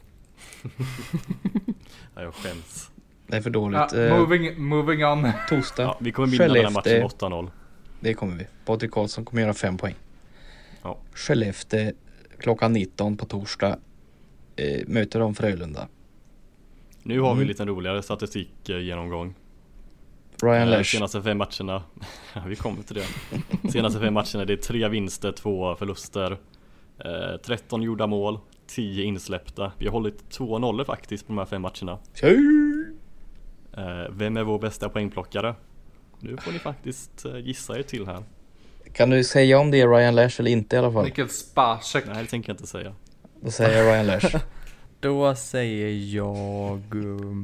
Ja, jag skäms. Det är för Ja, dåligt. Eh, moving, moving on. torsdag, Ja, vi kommer vinna den här matchen Skellefteå. med åtta noll. Det kommer vi. Patrik Karlsson kommer göra fem poäng. Ja. Skellefteå klockan nitton på torsdag eh, möter de Frölunda. Nu har vi Mm. en liten roligare statistikgenomgång. Ryan Eh, Lash. Senaste fem matcherna. Ja, vi kommer till det. Senaste fem matcherna det är tre vinster, två förluster. Eh, tretton gjorda mål, tio insläppta. Vi har hållit två noll faktiskt på de här fem matcherna. Tjej! Eh, vem är vår bästa poängplockare? Nu får ni faktiskt eh, gissa er till här. Kan du säga om det är Ryan Lash eller inte i alla fall? Mikkel Spacek. Nej, det tänker jag inte säga. Då säger jag Ryan Lash. Då säger jag um,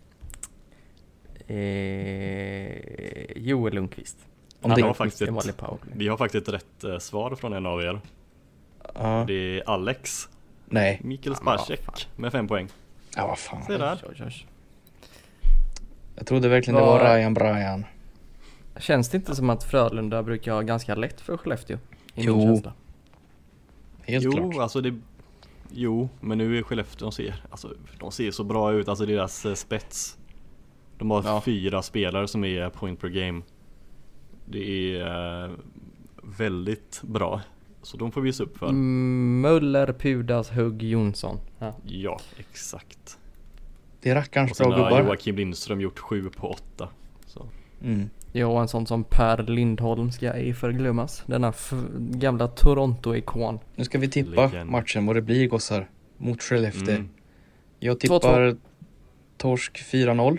eh, Joel Lundqvist. Om Han det- har faktiskt Det var ett, lite Pauli. vi har faktiskt ett rätt eh, svar från en av er. Ja. Det är Alex Nej. Mikael Ja, men vad Spacek med fem poäng. Ja, vad fan. Se där. Oj, oj, oj. Jag trodde verkligen det Vad- var Ryan Bryan. Känns det inte som att Frölunda brukar ha ganska lätt för Skellefteå? I Jo. min känsla. Helt jo, klart. alltså det... Jo, men nu är Skellefteå, de ser, alltså, de ser så bra ut, alltså deras eh, spets. De har Ja. fyra spelare som är point per game. Det är eh, väldigt bra. Så de får visa upp för. Mm, Möller, Pudas, Hugg, Jonsson. Ja. Ja, exakt. Det är Och rackarns sen bra har gubbar. Joakim Lindström gjort sju på åtta. Så. Mm. Ja, och en sån som Per Lindholm ska ej förglömmas. Denna f- gamla Toronto-ikon. Nu ska vi tippa Legend. matchen, vad det blir gossar. Mot Skellefteå. Mm. Jag två två. tippar torsk fyra noll.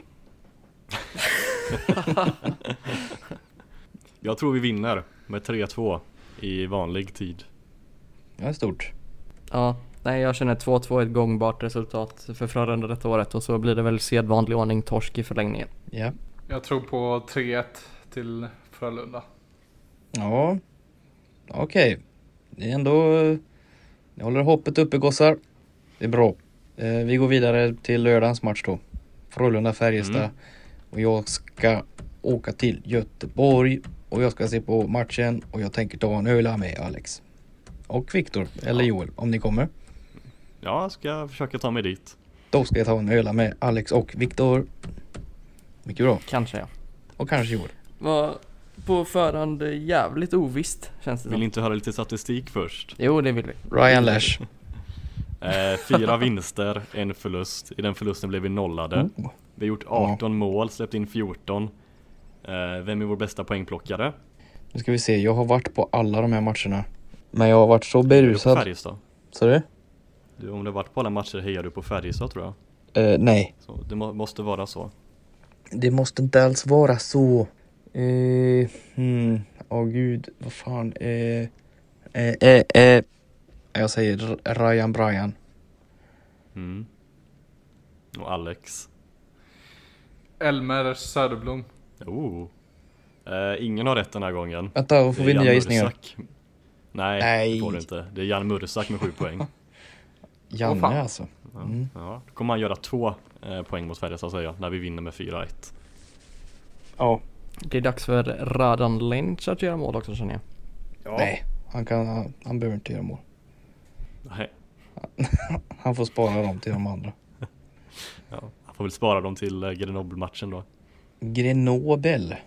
Jag tror vi vinner med tre två i vanlig tid. Ja, stort. Ja, nej jag känner två två ett gångbart resultat för Frölunda detta året och så blir det väl sedvanlig ordning torsk i förlängningen. Ja. Jag tror på tre ett till Frölunda. Ja. Okej. Det är ändå... Ni håller hoppet uppe gossar. Det är bra. Eh, vi går vidare till lördagens match då. Frölunda-Färjestad. Mm. Och jag ska åka till Göteborg. Och jag ska se på matchen. Och jag tänker ta en öl med Alex. Och Viktor. Eller Ja. Joel. Om ni kommer. Ja, jag ska försöka ta mig dit. Då ska jag ta en öl med Alex och Viktor. Mycket bra. Kanske ja. Och kanske Joel. Var på förhand jävligt ovisst känns det Vill som. inte höra lite statistik först? Jo det vill vi. Ryan Lash. Eh, fyra vinster, en förlust. I den förlusten blev vi nollade. Oh. Vi har gjort arton mål, släppt in fjorton. Eh, vem är vår bästa poängplockare? Nu ska vi se. Jag har varit på alla de här matcherna. Men jag har varit så Hejar du på berusad. Färjestad? Så du? Du, om du har varit på alla matcher hejar du på Färjestad tror jag. Eh, nej. Så det må, måste vara så. Det måste inte alls vara så. Eh, hmm. Åh gud, vad fan. Eh, eh, eh, eh. Jag säger R- Ryan Bryan. Mm. Och Alex. Elmer Söderblom. Oh. Eh, ingen har rätt den här gången. Vänta, vad får Det vi är nya Jan gissningar? Mursak. Nej, Nej. det får du inte. Det är Jan Mursak med sju poäng. Janne Åh, fan. alltså. Ja, Mm. ja. Då kommer han göra två eh, poäng mot Färjestad så att säga, när vi vinner med fyra ett. Ja. Det är dags för Radan Lynch att göra mål också, känner jag. Ja. Nej, han, kan, han, han behöver inte göra mål. Nej. Han får spara dem till de andra. Ja. Han får väl spara dem till eh, Grenoble-matchen då. Grenoble.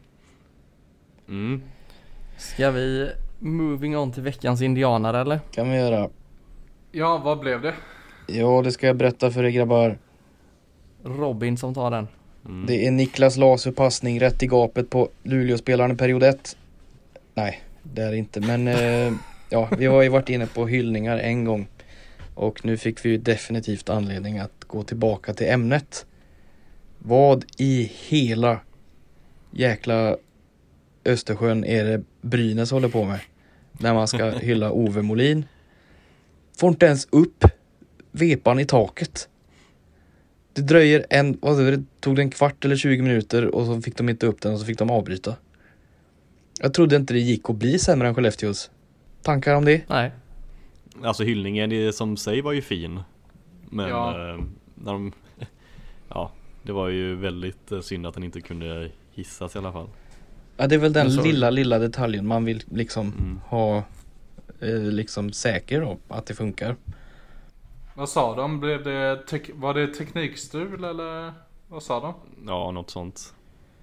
Mm. Ska vi moving on till veckans indianare eller? Kan vi göra. Ja, vad blev det? Ja, det ska jag berätta för er grabbar. Robin som tar den. Mm. Det är Niklas Laser passning rätt i gapet på Luleå-spelaren i period ett. Nej, det är det inte. Men eh, ja, vi har ju varit inne på hyllningar en gång. Och nu fick vi ju definitivt anledning att gå tillbaka till ämnet. Vad i hela jäkla Östersjön är det Brynäs håller på med? När man ska hylla Ove Molin. Får inte ens upp vepan i taket. Det dröjer en, vad det, det tog det en kvart eller tjugo minuter och så fick de inte upp den och så fick de avbryta. Jag trodde inte det gick att bli sämre än Skellefteås. Tankar om det? Nej. Alltså hyllningen det som sig var ju fin. Men Ja. eh, när de, ja, det var ju väldigt eh, synd att den inte kunde hissas i alla fall. Ja, det är väl den Men så- lilla, lilla detaljen man vill liksom Mm. ha eh, liksom säker då, att det funkar. Vad sa de? Blev det tek- var det teknikstrul eller vad sa de? Ja, något sånt.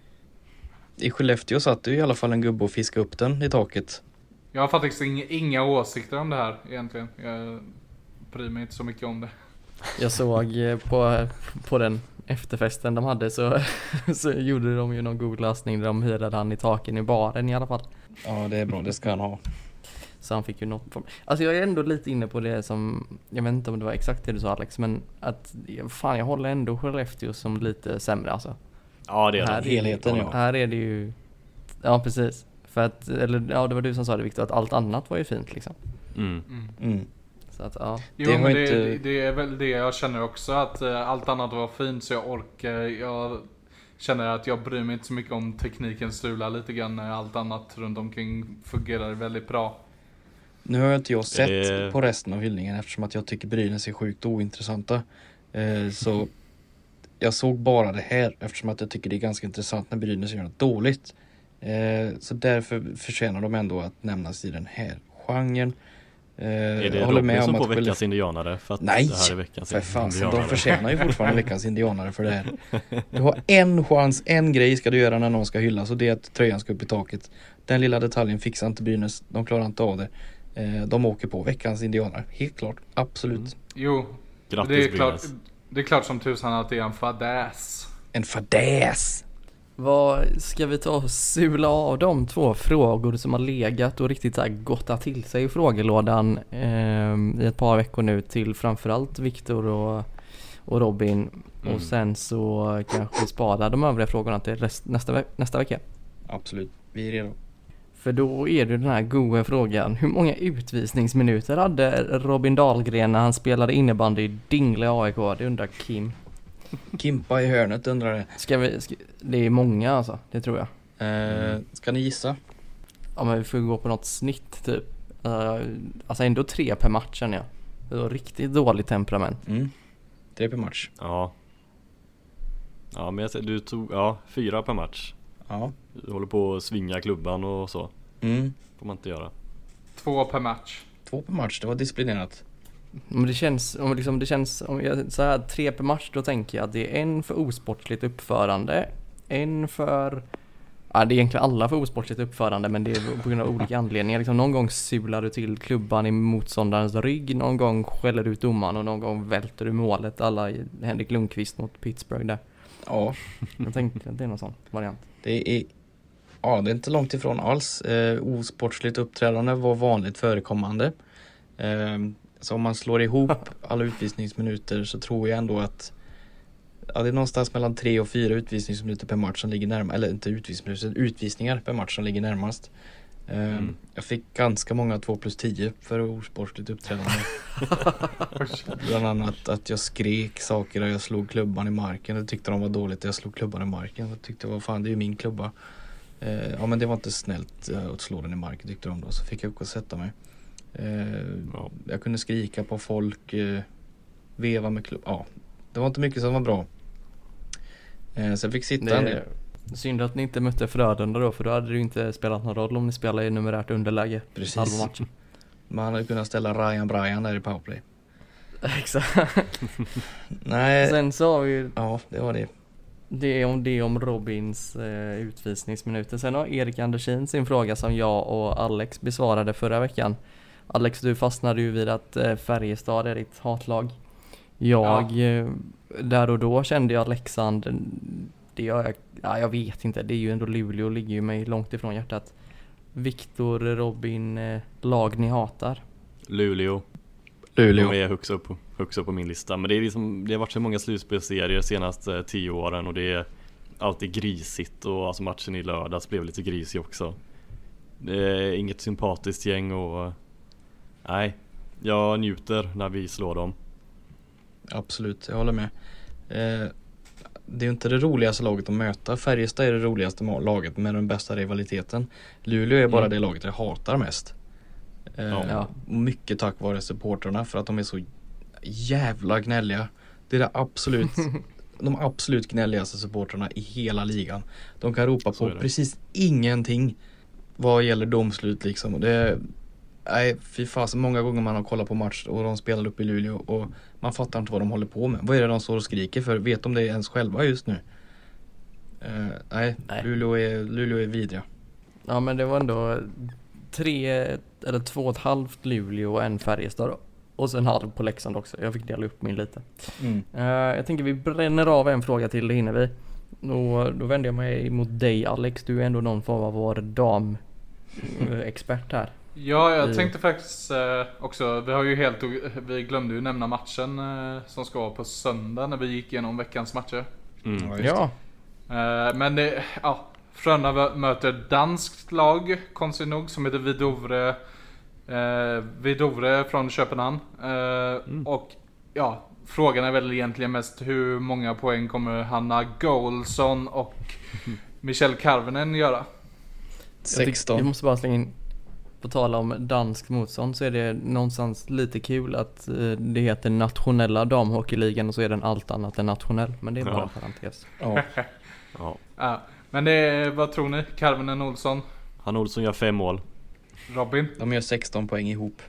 I Skellefteå satt det ju i alla fall en gubbe och fiskade upp den i taket. Jag har faktiskt inga, inga åsikter om det här egentligen. Jag bryr mig inte så mycket om det. Jag såg eh, på, på den efterfesten de hade så, så gjorde de ju någon god lösning där de hyrade han i taken i baren i alla fall. Ja, det är bra, det ska han ha. Så han fick ju något form. Alltså jag är ändå lite inne på det som, jag vet inte om det var exakt det du sa Alex, men att fan jag håller ändå Skellefteå som lite sämre alltså. Ja, det är Här det. är- helheten, ja. Här är det ju, ja precis. För att, eller ja det var du som sa det Victor, att allt annat var ju fint liksom. Mm. Mm. Så att ja. Jo, Det har men det, inte- det, det är väl det jag känner också, att eh, allt annat var fint så jag orkar. Jag känner att jag bryr mig inte så mycket om tekniken strular lite grann när allt annat runt omkring fungerar väldigt bra. Nu har inte jag sett det- på resten av hyllningen eftersom att jag tycker Brynäs är sjukt ointressanta. Eh, så jag såg bara det här eftersom att jag tycker det är ganska intressant när Brynäs gör något dåligt. Eh, så därför förtjänar de ändå att nämnas i den här genren. Eh, Är det jag håller Robin med som om får att veckans Skellefteå... indianare? För att Nej, det här är veckans för fan, så de indianare. förtjänar ju fortfarande veckans indianare för det här. Du har en chans, en grej ska du göra när någon ska hyllas och det är att tröjan ska upp i taket. Den lilla detaljen fixar inte Brynäs, de klarar inte av det. Eh, de åker på veckans indianare, helt klart, absolut. Mm. Jo, Grattis det är, klart, Brynäs. det är klart som tusan att det är en fadäs. En fadäs! Vad ska vi ta och sula av de två frågor som har legat och riktigt så här gottat till sig i frågelådan eh, i ett par veckor nu till framförallt Victor och, och Robin. Mm. Och sen så kanske vi sparar de övriga frågorna till rest, nästa, ve- nästa vecka. Absolut, vi är redo. För då är det den här goda frågan. Hur många utvisningsminuter hade Robin Dahlgren när han spelade innebandy i Dingle A I K? Det undrar Kim. Kimpa i hörnet undrar det. Ska vi, ska, det är många alltså, det tror jag. Eh, ska ni gissa? Ja men vi får gå på något snitt typ. Uh, alltså ändå tre per match känner jag. Det var riktigt dåligt temperament. Mm. Tre per match. Ja. Ja, men jag säger, du tog, ja, fyra per match. Ja. Du håller på att svinga klubban och så. Mm. Får man inte göra. Två per match. Två per match, det var disciplinerat. Men det känns, om liksom det känns, om jag så här tre per match då tänker jag att det är en för osportsligt uppförande. En för, ja det är egentligen alla för osportsligt uppförande men det är på grund av olika anledningar. Liksom någon gång sular du till klubban i motståndarens rygg, någon gång skäller du ut domaren och någon gång välter du målet alla i Henrik Lundqvist mot Pittsburgh där. Ja, Jag tänkte att det är någon sån variant. det är, ja, det är inte långt ifrån alls. Eh, osportsligt uppträdande var vanligt förekommande. Eh, så om man slår ihop alla utvisningsminuter så tror jag ändå att ja, det är någonstans mellan tre och fyra utvisningsminuter per match som ligger närmast. Eller inte utvisningsminuter, utvisningar per match som ligger närmast. Eh, Mm. Jag fick ganska många två plus tio för osportsligt uppträdande. Bland annat att jag skrek saker och jag slog klubban i marken. Det tyckte de var dåligt. Jag slog klubban i marken. Jag tyckte, vad fan, det är ju min klubba. Eh, ja, men det var inte snällt eh, att slå den i marken, tyckte de då. Så fick jag också sätta mig. Eh, Ja. Jag kunde skrika på folk, eh, veva med klubb. Ja, det var inte mycket som var bra. Eh, så jag fick sitta en del. Det är synd att ni inte mötte Frölunda då, för då hade det ju inte spelat någon roll om ni spelade i numerärt underläge. Precis. Halva matchen. Man hade kunnat ställa Ryan Bryan där i powerplay. Exakt. Nej, Sen så har vi ju ja, det var det. det om det om Robins eh, utvisningsminuter. Sen har Erik Andersin sin fråga som jag och Alex besvarade förra veckan. Alex, du fastnade ju vid att eh, Färjestad är ditt hatlag. Jag, Ja. eh, där och då kände jag Leksand, det gör jag, ja, jag vet inte, det är ju ändå Luleå, ligger ju mig långt ifrån hjärtat. Viktor, Robin, eh, lag ni hatar. Luleå. Luleå. De är högst upp, högst upp på min lista. Men det, är liksom, det har varit så många slutspelsserier de senaste tio åren. Och det är alltid grisigt. Och alltså matchen i lördags blev lite grisig också. Det är inget sympatiskt gäng. Och nej, jag njuter när vi slår dem. Absolut, jag håller med. Eh, det är ju inte det roligaste laget att möta. Färjestad är det roligaste laget med den bästa rivaliteten. Luleå är bara Mm. det laget jag hatar mest. Eh, Ja. Mycket tack vare supporterna för att de är så jävla gnälliga. Det är det absolut de absolut gnälligaste supporterna i hela ligan. De kan ropa Så är på det. precis ingenting vad gäller domslut liksom. Och det är, nej, fy fasen, många gånger man har kollat på match och de spelar upp i Luleå och man fattar inte vad de håller på med. Vad är det de står och skriker för? Vet de det ens själva just nu? Uh, nej, Nej. Luleå är, Luleå är vidriga. Ja, men det var ändå tre eller två och ett halvt Luleå och en Färjestad då. Och sen halv på Leksand också. Jag fick dela upp min lite. Mm. Uh, jag tänker vi bränner av en fråga till, det hinner vi. Då, då vänder jag mig mot dig, Alex. Du är ändå någon form av vår dam-expert här. Ja, jag I- tänkte faktiskt eh, också, vi har ju helt, vi glömde ju nämna matchen eh, som ska vara på söndag när vi gick igenom veckans matcher. Mm. Ja, just det. Ja, Eh, men det, ja, Frölunda möter danskt lag, konstigt nog, som heter Vidovre, eh, Vidovre från Köpenhamn. Eh, Och ja, frågan är väl egentligen mest hur många poäng kommer Hanna Goulson och Michelle Karvinen göra? jag, tyck- jag sexton. måste bara slänga in, på tala om dansk motstånd, så är det någonstans lite kul att eh, det heter nationella damhockeyligan och så är den allt annat än nationell. Men det är bara Ja. en parentes. Ja. Ja. Ja, men det är, vad tror ni? Karvinen, Olsson, Han Olsson gör fem mål. Robin, De gör sexton poäng ihop.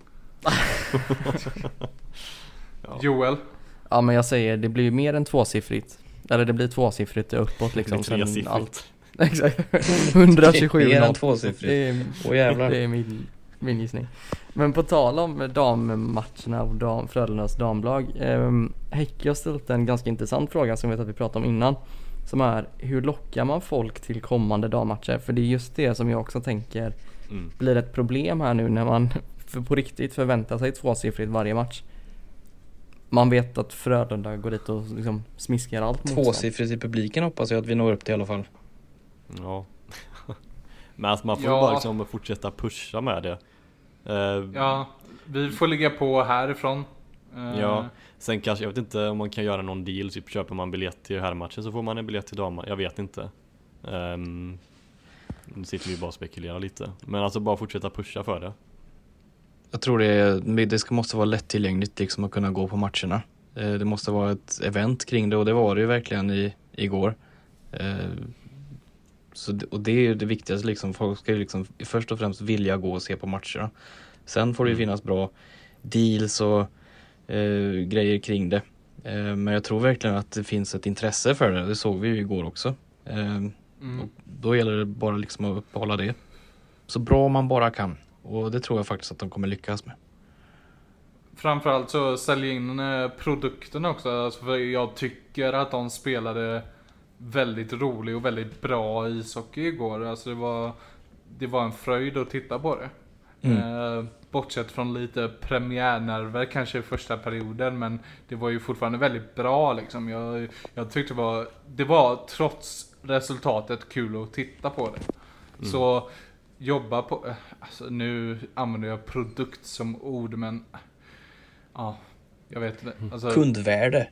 Joel. Ja, men jag säger det blir mer än tvåsiffrigt. Eller det blir tvåsiffrigt uppåt liksom. Det är sen tresiffrigt. allt. Exakt. hundrasjuttiosju Mer än noll. tvåsiffrigt. Det är, Åh jävlar. det är min, min gissning. Men på tal om dammatcherna och dam, Frölundas damlag. Eh, Häcke har ställt en ganska intressant fråga som jag vet att vi pratade om innan. Som är, hur lockar man folk till kommande dammatcher? För det är just det som jag också tänker Mm. blir ett problem här nu när man för på riktigt förväntar sig tvåsiffrigt varje match. Man vet att Frölunda går dit och liksom smiskar allt motstånd. Tvåsiffrigt i publiken hoppas jag att vi når upp till i alla fall. Ja. Men alltså man får Ja. bara liksom fortsätta pusha med det. Eh, Ja, vi får ligga på härifrån. Eh, Ja, sen kanske, jag vet inte om man kan göra någon deal, typ köper man biljett till herrmatchen så får man en biljett till damer, jag vet inte. Um, nu sitter vi bara och spekulerar lite. Men alltså bara fortsätta pusha för det. Jag tror det, är, det ska, måste vara lättillgängligt liksom att kunna gå på matcherna. Eh, Det måste vara ett event kring det och det var det ju verkligen i, igår. Eh, Så, det- och det är ju det viktigaste liksom. Folk ska ju liksom först och främst vilja gå och se på matcherna. Sen får det ju Mm. finnas bra deals och eh, grejer kring det. Eh, men jag tror verkligen att det finns ett intresse för det. Det såg vi ju igår också. Eh, Mm. och då gäller det bara liksom att uppehålla det så bra man bara kan. Och det tror jag faktiskt att de kommer lyckas med. Framförallt så sälja in eh, produkterna också. Alltså för jag tycker att de spelade väldigt rolig och väldigt bra ishockey igår. Alltså det var, det var en fröjd att titta på det. Mm. Eh, bortsett från lite premiärnerver kanske i första perioden. Men det var ju fortfarande väldigt bra liksom. Jag, jag tyckte det var, det var trots resultatet kul att titta på det. Mm. Så jobba på, eh, alltså nu använder jag produkt som ord men ja, jag vet inte. Alltså, Kundvärde.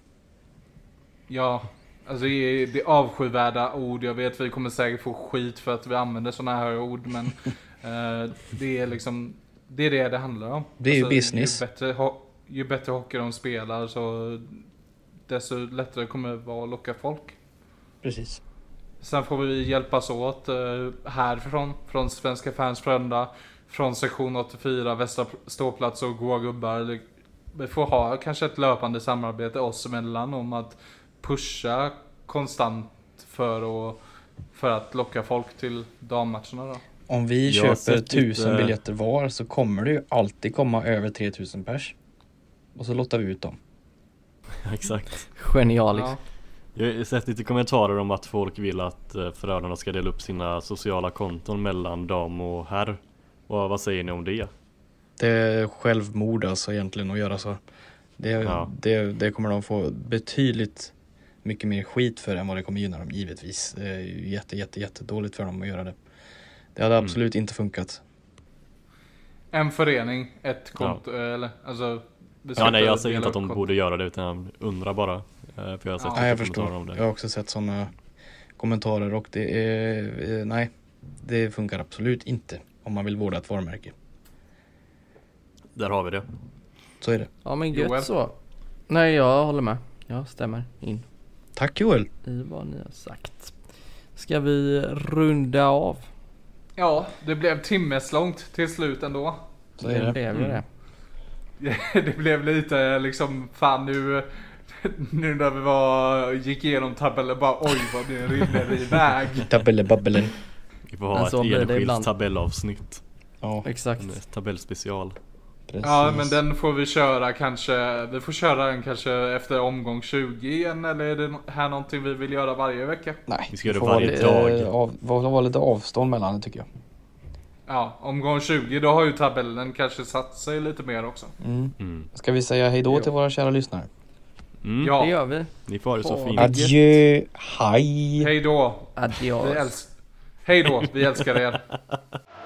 ja, alltså det är, det är avskyvärda ord. Jag vet vi kommer säkert få skit för att vi använder sådana här ord men eh, det är liksom, det är det det handlar om. Det är ju Alltså, business. Ju bättre, ho- ju bättre hockey de spelar så desto lättare kommer det vara att locka folk. Precis. Sen får vi hjälpas åt eh, härifrån, från Svenska Fans Frölunda, från sektion åttiofyra, Västra ståplats och Goa gubbar. Vi får ha kanske ett löpande samarbete oss emellan om att pusha konstant för att, för att locka folk till dammatcherna då. Om vi Jag har köper sett tusen lite- biljetter var så kommer det ju alltid komma över tre tusen pers. Och så lottar vi ut dem. Exakt. Genialiskt. Ja. Jag har sett lite kommentarer om att folk vill att eh, Frölunda ska dela upp sina sociala konton mellan dam och herr. Och vad säger ni om det? Det är självmord alltså egentligen att göra så. Det, Ja. det, det kommer de få betydligt mycket mer skit för än vad det kommer gynna dem givetvis. Det är ju jätte, jätte, jätte dåligt för dem att göra det. Det hade Mm. absolut inte funkat. En förening, ett konto, eller alltså... vi ska Ja, nej, jag inte säger dela inte att de upp borde göra det, utan jag undrar bara. eh, För jag har sett Ja, lite Nej, jag kommentarer om förstår. det. Jag har också sett sådana kommentarer och det är, eh, nej, det funkar absolut inte om man vill vårda ett varumärke. Där har vi det. Så är det. Ja men Joel? gött så. Nej, jag håller med. Jag stämmer in Tack Joel. i vad ni har sagt. Ska vi runda av? Ja, det blev timmes långt till slut ändå. Så är det. blev ju Mm. det. Det blev lite liksom, fan nu, nu när vi var, gick igenom tabellen bara oj vad det rinner iväg. Tabbelebabbelen. Vi får Men ha så ett blir det enskilt ibland. tabellavsnitt. Ja, Exakt. En tabellspecial. precis. Ja men den får vi köra kanske, vi får köra den kanske efter omgång tjugo igen, eller är det här någonting vi vill göra varje vecka? Nej, Vi ska göra det får vara varje lite, dag. eh, Av, vad vara lite avstånd mellan det tycker jag. Ja, omgång tjugo då har ju tabellen kanske satt sig lite mer också. Mm. Mm. Ska vi säga hej då Jo. till våra kära lyssnare? Mm. Ja, Det gör vi. Ni får ha det så Åh, fint. Adjö, hej! hej då. Adios. Vi äls- hej då, vi älskar er.